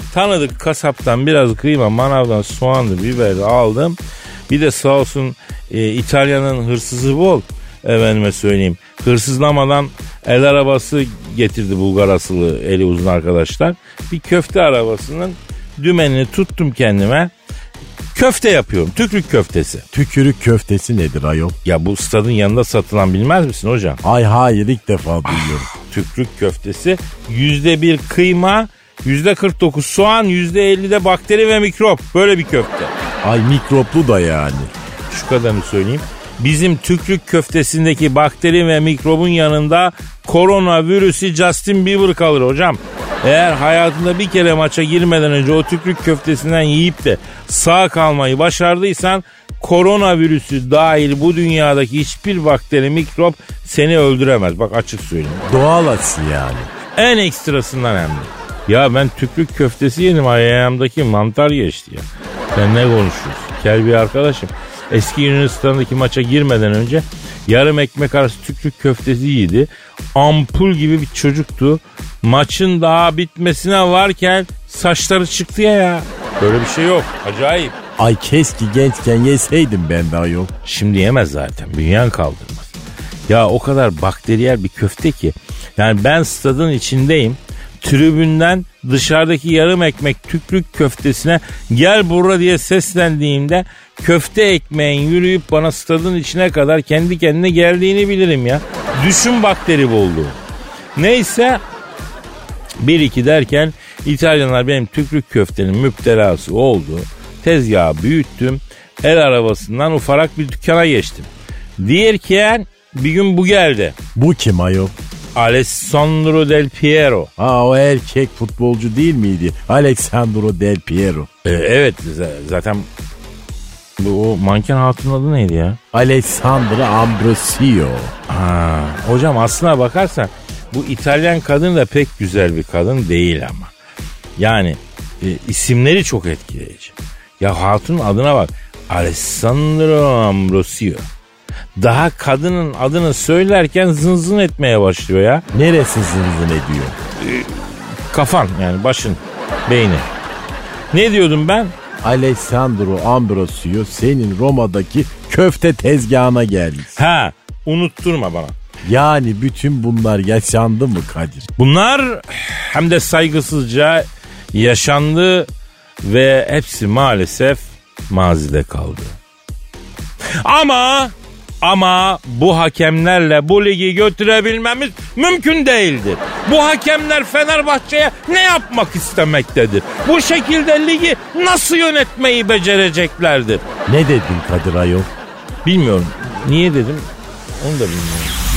tanıdık kasaptan biraz kıyma, manavdan soğanlı biberi aldım. Bir de sağ olsun İtalya'nın hırsızı bol. Efendime söyleyeyim. Hırsızlamadan el arabası getirdi Bulgar asılı eli uzun arkadaşlar. Bir köfte arabasının dümenini tuttum kendime. Köfte yapıyorum. Tükrük köftesi. Tükürük köftesi nedir ayol? Ya bu stadın yanında satılan bilmez misin hocam? Ay hayır, ilk defa duyuyorum. Tükrük köftesi %1 kıyma, %49 soğan, %50 de bakteri ve mikrop. Böyle bir köfte. Ay mikroplu da yani. Şu kadarını söyleyeyim. Bizim tükrük köftesindeki bakteri ve mikrobun yanında koronavirüsü Justin Bieber kalır hocam. Eğer hayatında bir kere maça girmeden önce o tükrük köftesinden yiyip de sağ kalmayı başardıysan koronavirüsü dahil bu dünyadaki hiçbir bakteri, mikrop seni öldüremez. Bak açık söyleyeyim. Doğal açı yani. En ekstrasından hem de. Ya ben tükrük köftesi yedim, ayağımdaki mantar geçti ya. Sen ne konuşuyorsun? Kel bir arkadaşım. Eski Yunanistan'daki maça girmeden önce yarım ekmek arası tükrük köftesi yedi. Ampul gibi bir çocuktu. Maçın daha bitmesine varken saçları çıktı ya. Böyle bir şey yok. Acayip. Ay keşke gençken yeseydim ben de ayol. Şimdi yemez zaten. Bünyen kaldırmaz. Ya o kadar bakteriyel bir köfte ki. Yani ben stadın içindeyim. Tribünden dışarıdaki yarım ekmek tükrük köftesine gel burra diye seslendiğimde köfte ekmeğin yürüyüp bana stadın içine kadar kendi kendine geldiğini bilirim ya. Düşün bakteri bolluğu. Neyse 1-2 derken İtalyanlar benim tükrük köftenin müptelası oldu. Tezgahı büyüttüm. El arabasından ufarak bir dükkana geçtim. Diğerken bir gün bu geldi. Bu kim ayol? Alessandro Del Piero. Aa, o erkek futbolcu değil miydi? Alessandro Del Piero. Evet zaten o manken hatunun adı neydi ya? Alessandro Ambrosio. Hocam aslına bakarsan bu İtalyan kadın da pek güzel bir kadın değil ama. Yani isimleri çok etkileyici. Ya hatunun adına bak. Alessandro Ambrosio. Daha kadının adını söylerken zın etmeye başlıyor ya. Neresi zın ediyor? Kafan yani başın, beyni. Ne diyordum ben? Alessandro Ambrosio senin Roma'daki köfte tezgahına gelmiş. Ha, unutturma bana. Yani bütün bunlar yaşandı mı Kadir? Bunlar hem de saygısızca yaşandı ve hepsi maalesef mazide kaldı. Ama bu hakemlerle bu ligi götürebilmemiz mümkün değildir. Bu hakemler Fenerbahçe'ye ne yapmak istemektedir? Bu şekilde ligi nasıl yönetmeyi becereceklerdir? Ne dedin Kadir ayol? Bilmiyorum. Niye dedim onu da bilmiyorum.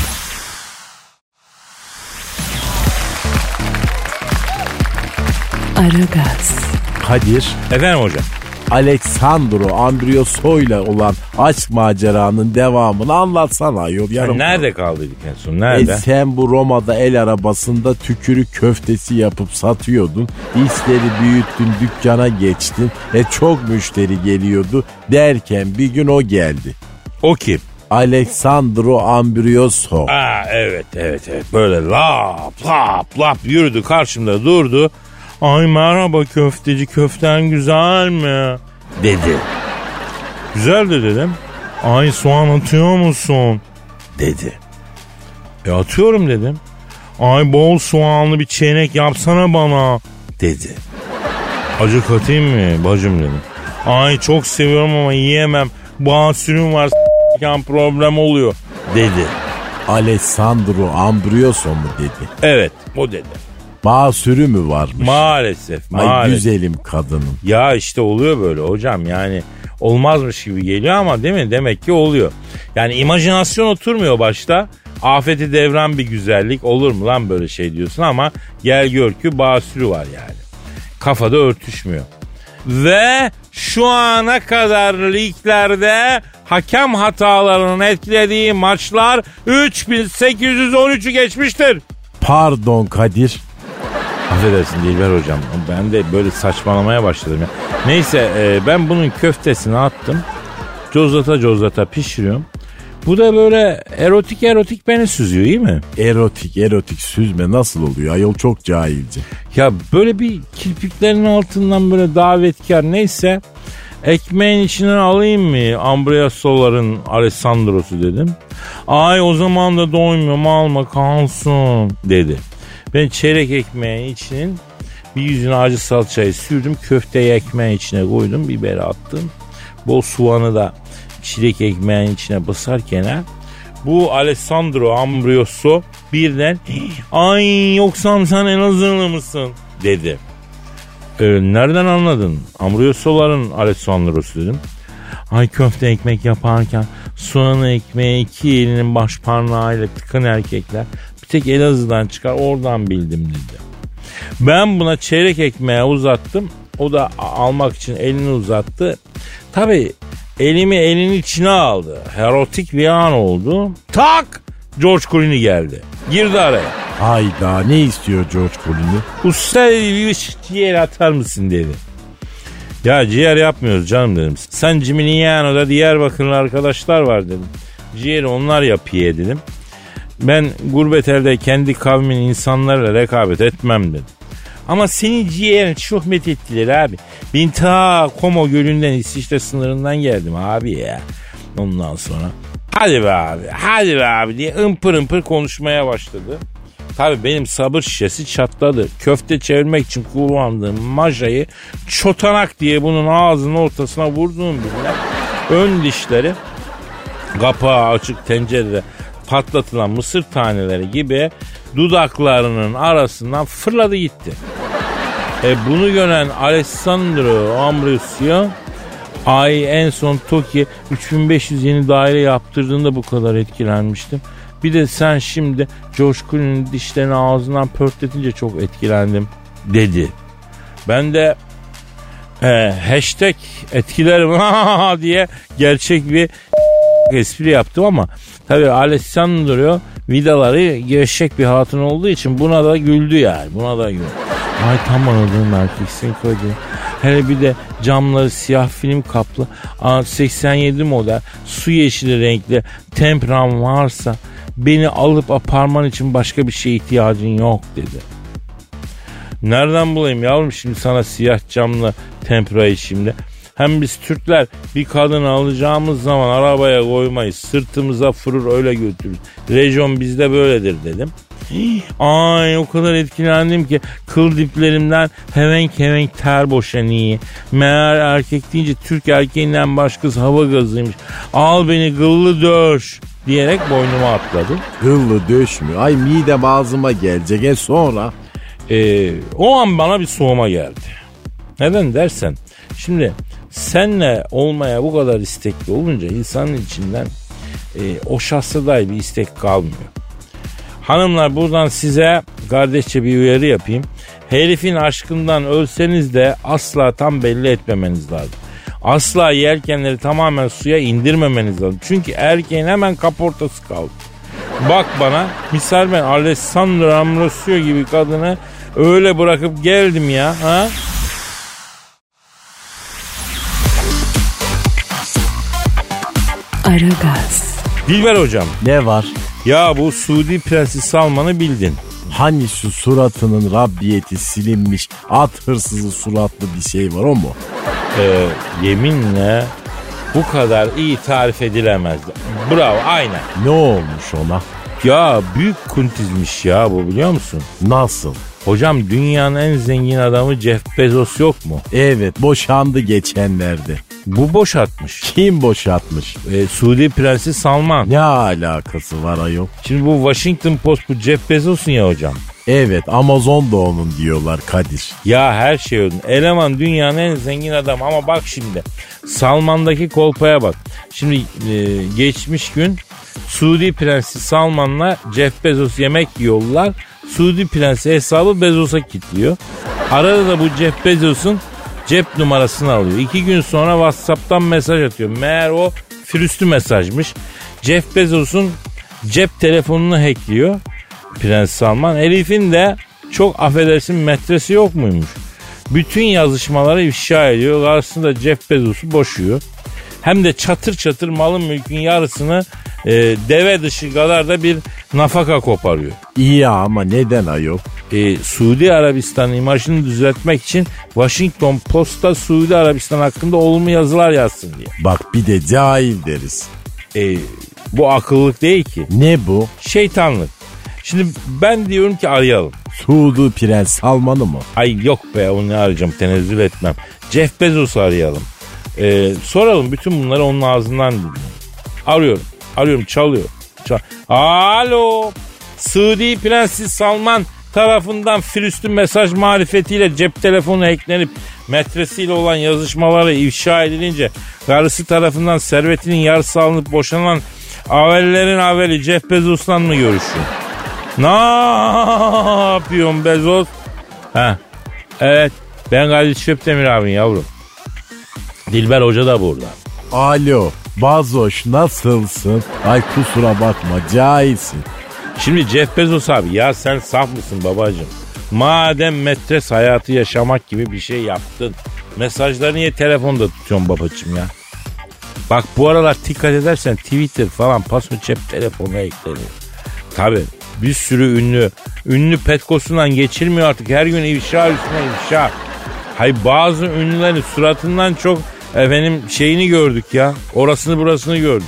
Aragaz. Kadir. Efendim hocam. Alessandro Ambrosio'yla olan aşk maceranın devamını anlatsana ayol. Nerede kaldıydık en son? Nerede? Sen bu Roma'da el arabasında tükürük köftesi yapıp satıyordun. İşleri büyüttün, dükkana geçtin. Çok müşteri geliyordu derken bir gün o geldi. O kim? Alessandro Ambrosio. Evet. Böyle lap yürüdü, karşımda durdu. Ay merhaba köfteci, köften güzel mi? Dedi. Güzel de dedim. Ay soğan atıyor musun? Dedi. Atıyorum dedim. Ay bol soğanlı bir çeyrek yapsana bana. Dedi. Acı katayım mı bacım dedim. Ay çok seviyorum ama yiyemem. Basürüm var problem oluyor. Dedi. Alessandro Ambrosio mu dedi? Evet o dedi. Basürü mü varmış? Maalesef. Ay güzelim kadınım. Ya işte oluyor böyle hocam, yani olmazmış gibi geliyor ama değil mi? Demek ki oluyor. Yani imajinasyon oturmuyor başta. Afeti devran bir güzellik, olur mu lan böyle şey diyorsun ama gel gör ki basürü var yani. Kafada örtüşmüyor. Ve şu ana kadar liglerde hakem hatalarının etkilediği maçlar 3813'ü geçmiştir. Pardon Kadir. Affedersin Dilber hocam. Ben de böyle saçmalamaya başladım ya. Neyse ben bunun köftesini attım. Cozlata pişiriyorum. Bu da böyle erotik beni süzüyor, iyi mi? Erotik süzme nasıl oluyor? Ayol çok cahilce. Ya böyle bir kirpiklerin altından böyle davetkar neyse ekmeğin içinden alayım mı Ambrosios'ların Alessandro'su dedim. Ay o zaman da doymuyorum, alma kalsın dedi. Ben çeyrek ekmeğin içinin bir yüzüne acı salçayı sürdüm. Köfteyi ekmeğin içine koydum, biberi attım. Bol soğanı da çilek ekmeğin içine basarken bu Alessandro Ambrosio birden ay yoksa sen Elazığlı mısın dedi. Nereden anladın? Ambrosios'ların Alessandro'su dedim. Ay köfte ekmek yaparken soğanı ekmeğe iki elinin baş parmağıyla tıkan erkekler bir tek Elazığ'dan çıkar, oradan bildim dedi. Ben buna çeyrek ekmeğe uzattım. O da almak için elini uzattı. Tabii elimi elinin içine aldı. Erotik bir an oldu. Tak! George Clooney geldi. Girdi araya. Hayda, ne istiyor George Clooney? Usta bir ciğer atar mısın dedi. Ya ciğer yapmıyoruz canım dedim. Sen Ciminiano'da Diyarbakırlı arkadaşlar var dedim. Ciğeri onlar yapıyor dedim. Ben gurbet elde kendi kavmin insanlarla rekabet etmem dedim. Ama senin ciğerin çok methettiler abi. Ben ta Como Gölü'nden İsviçre sınırından geldim abi ya. Ondan sonra hadi be abi diye ımpır konuşmaya başladı. Tabii benim sabır şişesi çatladı. Köfte çevirmek için kullandığım majayı çotanak diye bunun ağzının ortasına vurduğum bile ön dişleri kapağı açık tencerede patlatılan mısır taneleri gibi dudaklarının arasından fırladı gitti. Bunu gören Alessandro Ambrosio ay en son Toki 3500 yeni daire yaptırdığında bu kadar etkilenmiştim. Bir de sen şimdi George Clooney'nin dişlerini ağzından pörtletince çok etkilendim dedi. Ben de hashtag etkilerim diye gerçek bir espri yaptım ama tabii Alessandro vidaları gevşek bir hatun olduğu için buna da güldü yani. Buna da güldü. Ay tam anladığım erkeksin koydu. Hele bir de camları siyah film kaplı 87 model su yeşili renkli tempram varsa beni alıp aparman için başka bir şeye ihtiyacın yok dedi. Nereden bulayım yavrum şimdi sana siyah camlı temprayı şimdi? Hem biz Türkler bir kadını alacağımız zaman arabaya koymayız. Sırtımıza fırır öyle götürürüz. Rejon bizde böyledir dedim. Ay o kadar etkilendim ki kıl diplerimden hevenk ter boşanıyor. Meğer erkek deyince Türk erkeğinden başkası hava gazıymış. Al beni kıllı döş diyerek boynuma atladı. Kıllı döş mü? Ay midem ağzıma gelecek sonra. O an bana bir soğuma geldi. Neden dersen şimdi senle olmaya bu kadar istekli olunca insanın içinden o şahsa dair bir istek kalmıyor. Hanımlar buradan size kardeşçe bir uyarı yapayım. Herifin aşkından ölseniz de asla tam belli etmemeniz lazım. Asla yelkenleri tamamen suya indirmemeniz lazım. Çünkü erkeğin hemen kaportası kaldı. Bak bana misal ben Alessandro Ambrosio gibi kadını öyle bırakıp geldim ya. Ha? Aragaz. Dilber hocam. Ne var? Ya bu Suudi Prensi Salman'ı bildin. Hani şu suratının rabbiyeti silinmiş at hırsızı suratlı bir şey var o mu? Yeminle bu kadar iyi tarif edilemezdi. Bravo aynen. Ne olmuş ona? Ya büyük kuntizmiş ya bu biliyor musun? Nasıl? Hocam dünyanın en zengin adamı Jeff Bezos yok mu? Evet boşandı geçenlerde. Bu boşatmış. Kim boşatmış? Suudi Prensi Salman. Ne alakası var ayol? Şimdi bu Washington Post bu Jeff Bezos'un ya hocam. Evet Amazon da onun diyorlar Kadir. Ya her şey onun. Eleman dünyanın en zengin adamı ama bak şimdi. Salman'daki kolpaya bak. Şimdi geçmiş gün Suudi Prensi Salman'la Jeff Bezos yemek yiyorlar. Suudi Prensi hesabı Bezos'a kilitliyor. Arada da bu Jeff Bezos'un cep numarasını alıyor. 2 gün sonra WhatsApp'tan mesaj atıyor. Meğer o virüslü mesajmış. Jeff Bezos'un cep telefonunu hackliyor Prens Salman. Herifin de çok affedersin metresi yok muymuş? Bütün yazışmaları ifşa ediyor. Karşısında Jeff Bezos'u boşuyor. Hem de çatır çatır malın mülkün yarısını deve dışı kadar da bir nafaka koparıyor. İyi ama neden ayol? Suudi Arabistan imajını düzeltmek için Washington Post'ta Suudi Arabistan hakkında olumlu yazılar yazsın diye. Bak bir de cahil deriz. Bu akıllık değil ki. Ne bu? Şeytanlık. Şimdi ben diyorum ki arayalım. Suudi Prens Salman'ı mı? Ay yok be, onu ne arayacağım, tenezzül etmem. Jeff Bezos'u arayalım. Soralım, bütün bunları onun ağzından dinleyelim. Arıyorum, çalıyor. Alo. Suudi Prensi Salman tarafından firüstü mesaj marifetiyle cep telefonu hacklenip metresiyle olan yazışmaları ifşa edilince karısı tarafından servetinin yarısı alınıp boşanan avellerin aveli Jeff Bezos'la mı görüşüyor? Ne yapıyorsun Bezos? Evet, ben Kadir Çöptemir abin yavrum. Dilber Hoca da burada. Alo Bazoş, nasılsın? Ay kusura bakma, cahilsin. Şimdi Jeff Bezos abi, ya sen saf mısın babacığım? Madem metres hayatı yaşamak gibi bir şey yaptın, mesajları niye telefonda tutuyorsun babacığım ya? Bak bu aralar dikkat edersen Twitter falan paso cep telefonu ekleniyor. Tabii bir sürü ünlü petkosundan geçirmiyor artık, her gün ifşa üstüne ifşa. Hayır, bazı ünlülerin suratından çok şeyini gördük ya. Orasını burasını gördük.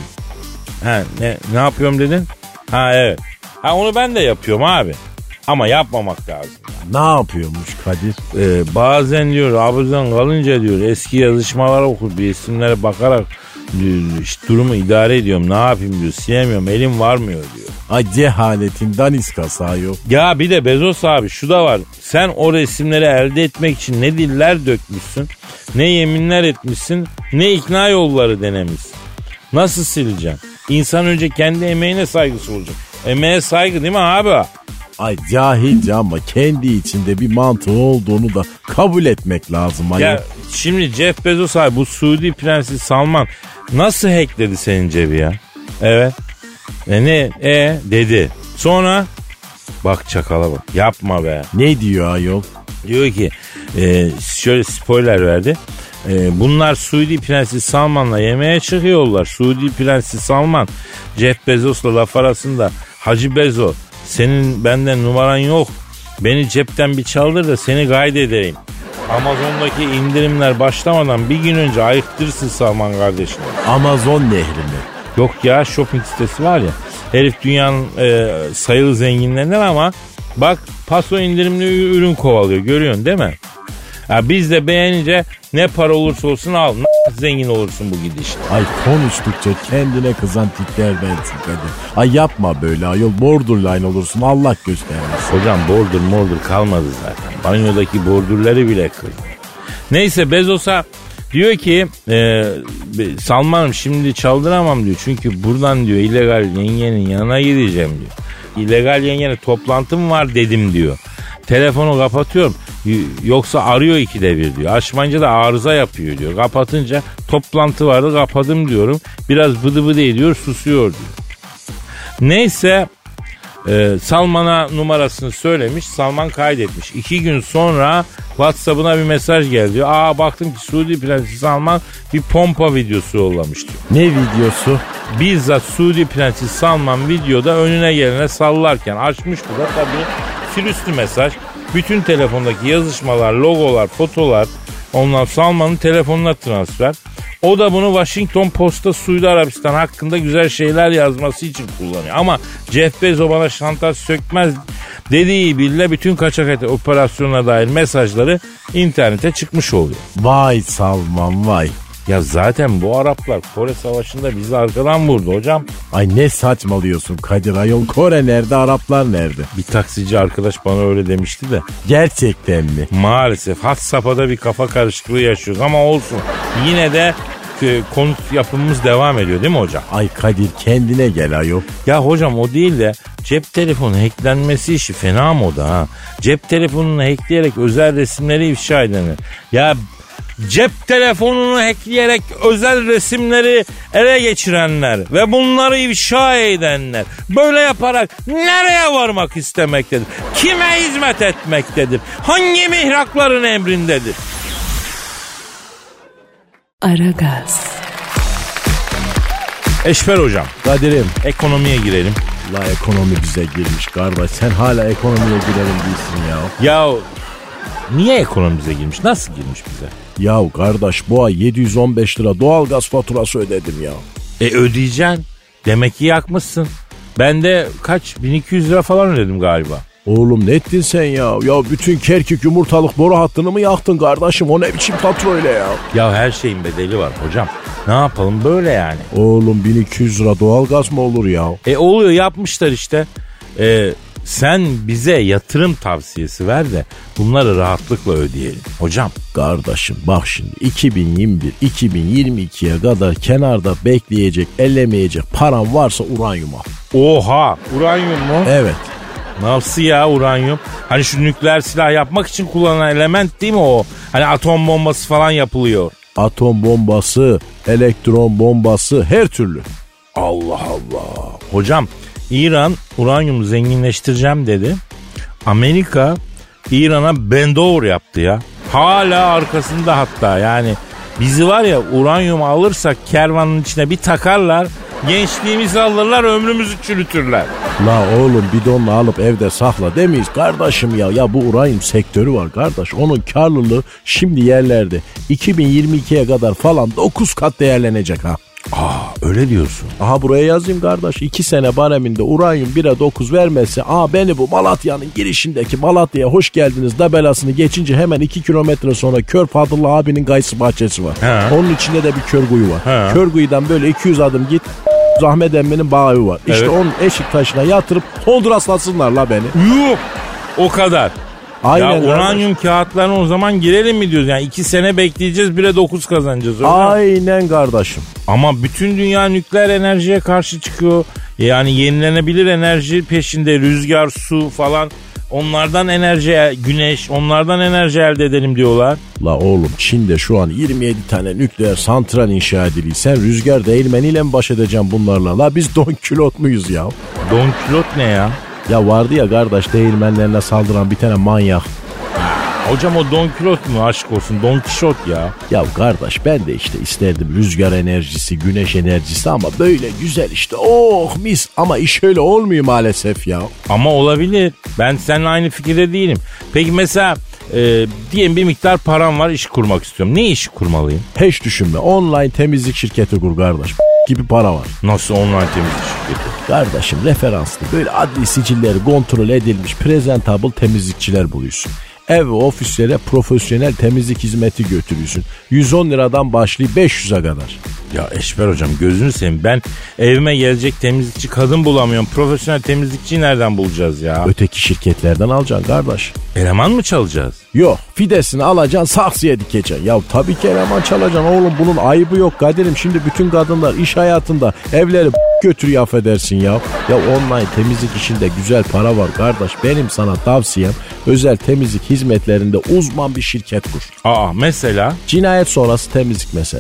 Ne yapıyorum dedin? Evet. Onu ben de yapıyorum abi. Ama yapmamak lazım. Ne yapıyormuş Kadir? Bazen diyor abuzdan kalınca diyor eski yazışmalar okur, bir isimlere bakarak işte durumu idare ediyorum. Ne yapayım diyor, silemiyorum, elim varmıyor diyor. Ay cehaletin daniskası yok. Ya bir de Bezos abi şu da var. Sen o resimleri elde etmek için ne diller dökmüşsün, ne yeminler etmişsin, ne ikna yolları denemişsin. Nasıl sileceksin? İnsan önce kendi emeğine saygısı olacak. Emeğe saygı değil mi abi? Ay cahilce ama kendi içinde bir mantığı olduğunu da kabul etmek lazım. Ya şimdi Jeff Bezos abi, bu Suudi Prensi Salman nasıl hackledi senin cebi ya? Evet. Dedi. Sonra bak çakala bak, yapma be. Ne diyor ayol? Diyor ki şöyle spoiler verdi. Bunlar Suudi Prensi Salman'la yemeğe çıkıyorlar. Suudi Prensi Salman Jeff Bezos'la laf arasında, Hacı Bezo senin benden numaran yok, beni cepten bir çaldır da seni kaydedeyim. Amazon'daki indirimler başlamadan bir gün önce ayıktırsın Salman kardeşim. Amazon nehri mi? Yok ya, shopping sitesi var ya. Herif dünyanın sayılı zenginlerinden ama bak paso indirimli ürün kovalıyor, görüyorsun değil mi? Ya biz de beğenince ne para olursa olsun al, zengin olursun bu gidişle. Ay konuştukça kendine kızan tiplerdensin Kadir. Ay yapma böyle ayol, borderline olursun, Allah göstermesin. Hocam border kalmadı zaten. Banyodaki bordürleri bile kırdı. Neyse Bezos'a diyor ki Salman'ım şimdi çaldıramam diyor. Çünkü buradan diyor illegal yengenin yanına gideceğim diyor. İllegal yengene toplantım var dedim diyor. Telefonu kapatıyorum. Yoksa arıyor 2'de 1 diyor. Açmayınca da arıza yapıyor diyor. Kapatınca toplantı vardı kapadım diyorum. Biraz bıdı bıdı ediyor, susuyor diyor. Neyse Salman'a numarasını söylemiş. Salman kaydetmiş. 2 gün sonra WhatsApp'ına bir mesaj geldi diyor. Baktım ki Suudi Prensi Salman bir pompa videosu yollamış diyor. Ne videosu? Bizzat Suudi Prensi Salman videoda önüne gelene sallarken açmış bu da tabii firüstü mesaj. Bütün telefondaki yazışmalar, logolar, fotolar ondan Salman'ın telefonuna transfer. O da bunu Washington Post'ta Suudi Arabistan hakkında güzel şeyler yazması için kullanıyor. Ama Jeff Bezos bana şantaj sökmez dediği bile bütün kaçak operasyonuna dair mesajları internete çıkmış oluyor. Vay Salman vay. Ya zaten bu Araplar Kore Savaşı'nda bizi arkadan vurdu hocam. Ay ne saçmalıyorsun Kadir ayol, Kore nerede, Araplar nerede? Bir taksici arkadaş bana öyle demişti de. Gerçekten mi? Maalesef had safhada bir kafa karışıklığı yaşıyoruz ama olsun. Yine de konut yapımımız devam ediyor değil mi hocam? Ay Kadir kendine gel ayol. Ya hocam o değil de cep telefonu hacklenmesi işi fena moda ha. Cep telefonunu hackleyerek özel resimleri ifşa edenler. Ya cep telefonunu hackleyerek özel resimleri ele geçirenler ve bunları ifşa edenler böyle yaparak nereye varmak istemektedir? Kime hizmet etmektedir? Hangi mihrakların emrindedir? Aragaz. Eşber hocam, Kadir'im. ekonomiye girelim. La ekonomi bize girmiş kardeş. Sen hala ekonomiye girelim değilsin ya. Ya niye ekonomi bize girmiş? Nasıl girmiş bize? Ya kardeş bu ay 715 lira doğalgaz faturası ödedim ya. Ödeyeceksin. Demek ki yakmışsın. Ben de kaç? 1200 lira falan ödedim galiba. Oğlum ne ettin sen ya? Ya bütün Kerkük yumurtalık boru hattını mı yaktın kardeşim? O ne biçim fatura öyle ya? Ya her şeyin bedeli var hocam. Ne yapalım böyle yani. Oğlum 1200 lira doğalgaz mı olur ya? Oluyor, yapmışlar işte. Sen bize yatırım tavsiyesi ver de bunları rahatlıkla ödeyelim. Hocam. Kardeşim bak şimdi 2021-2022'ye kadar kenarda bekleyecek, ellemeyecek param varsa uranyum al. Oha, uranyum mu? Evet. Nasıl ya uranyum? Hani şu nükleer silah yapmak için kullanılan element değil mi o? Hani atom bombası falan yapılıyor. Atom bombası, elektron bombası, her türlü. Allah Allah. Hocam İran uranyumu zenginleştireceğim dedi. Amerika İran'a bendover yaptı ya. Hala arkasında hatta yani. Bizi var ya uranyum alırsak kervanın içine bir takarlar. Gençliğimizi alırlar, ömrümüzü çürütürler. La oğlum bidonla alıp evde sakla demeyiz kardeşim ya. Ya bu uranyum sektörü var kardeş. Onun karlılığı şimdi yerlerde. 2022'ye kadar falan 9 kat değerlenecek ha. Öyle diyorsun. Aha buraya yazayım kardeş. 2 sene bareminde uranyum 1'e 9 vermezse beni bu Malatya'nın girişindeki Malatya'ya hoş geldiniz tabelasını geçince hemen 2 kilometre sonra Kör Fadıllı abinin kayısı bahçesi var. He. Onun içinde de bir körguyu var. He. Körguyudan böyle 200 adım git Zahmet Emmi'nin bağı var. İşte Evet. onun eşik taşına yatırıp Honduraslasınlar la beni. Yuh! O kadar. Aynen Ya uranyum kağıtlarına o zaman girelim mi diyoruz? Yani 2 sene bekleyeceğiz, 1'e 9 kazanacağız. Öyle. Aynen kardeşim. Ama bütün dünya nükleer enerjiye karşı çıkıyor. Yani yenilenebilir enerji peşinde, rüzgar, su falan. Onlardan enerji, güneş, onlardan enerji elde edelim diyorlar. La oğlum Çin'de şu an 27 tane nükleer santral inşa ediliyor. Sen rüzgar değirmeniyle mi baş edeceksin bunlarla? La biz Don Kilot muyuz ya? Don Kilot ne ya? Ya vardı ya kardeş değirmenlerine saldıran bir tane manyak. Hocam o Don Kilot mu, aşk olsun? Don Kişot ya. Ya kardeş ben de işte isterdim rüzgar enerjisi, güneş enerjisi ama böyle güzel işte. Oh mis, ama iş öyle olmuyor maalesef ya. Ama olabilir. Ben seninle aynı fikirde değilim. Peki mesela diyelim bir miktar param var, iş kurmak istiyorum. Ne iş kurmalıyım? Hiç düşünme, online temizlik şirketi kur kardeş. Gibi para var. Nasıl online temizlik şirketi? Kardeşim referanslı böyle adli sicilleri kontrol edilmiş presentable temizlikçiler buluyorsun. Ev ve ofislere profesyonel temizlik hizmeti götürüyorsun. 110 liradan başlayıp 500'e kadar. Ya Eşber hocam gözünü seveyim, ben evime gelecek temizlikçi kadın bulamıyorum. Profesyonel temizlikçiyi nereden bulacağız ya? Öteki şirketlerden alacaksın kardeş. Eleman mı çalacağız? Yok, fidesini alacaksın, saksıya dikeceksin. Ya tabii ki eleman çalacaksın oğlum, bunun ayıbı yok Kadir'im. Şimdi bütün kadınlar iş hayatında evleri götürüyor affedersin ya. Ya online temizlik işinde güzel para var kardeş. Benim sana tavsiyem özel temizlik hizmetlerinde uzman bir şirket kur. Mesela? Cinayet sonrası temizlik mesela.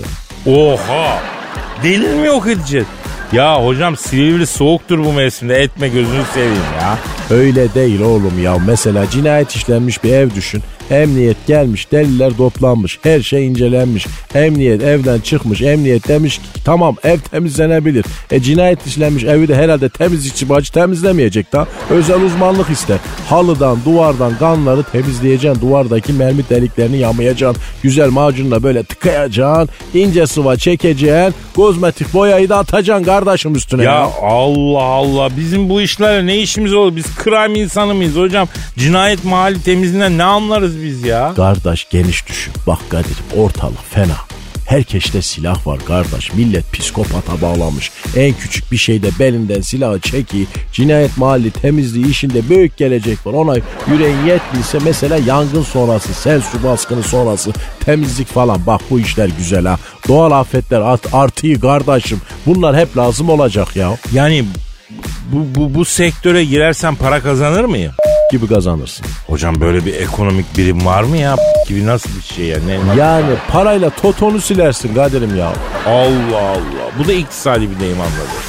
Oha! Delil mi yok edeceğiz? Ya hocam Silivri soğuktur bu mevsimde, etme gözünü seveyim ya. Öyle değil oğlum ya. Mesela cinayet işlenmiş bir ev düşün. Emniyet gelmiş, deliller toplanmış, her şey incelenmiş. Emniyet evden çıkmış, emniyet demiş ki tamam ev temizlenebilir. Cinayet işlenmiş evi de herhalde temizlikçi bacı temizlemeyecek da. Özel uzmanlık ister. Halıdan, duvardan kanları temizleyeceksin. Duvardaki mermi deliklerini yamayacaksın. Güzel macunla böyle tıkayacaksın. İnce sıva çekeceksin. Kozmetik boyayı da atacaksın kardeşim üstüne ya. Ya Allah Allah, bizim bu işlerle ne işimiz olur? Biz crime insanı mıyız hocam? Cinayet mahalli temizliğinden ne anlarız biz ya? Kardeş geniş düşün. Bak Kadir, ortalık fena. Herkeste silah var kardeş. Millet psikopata bağlamış. En küçük bir şeyde belinden silahı çeki. Cinayet mahalli temizliği işinde büyük gelecek var. Ona yüreğin yetmiyse mesela yangın sonrası, sel su baskını sonrası temizlik falan. Bak bu işler güzel ha. Doğal afetler artıyor kardeşim. Bunlar hep lazım olacak ya. Yani bu sektöre girersen para kazanır mıyım? Gibi kazanırsın. Hocam böyle bir ekonomik birim var mı ya? Gibi nasıl bir şey ya? Yani parayla totonu silersin Kadir'im ya. Allah Allah. Bu da iktisadi bir deyim, anladım.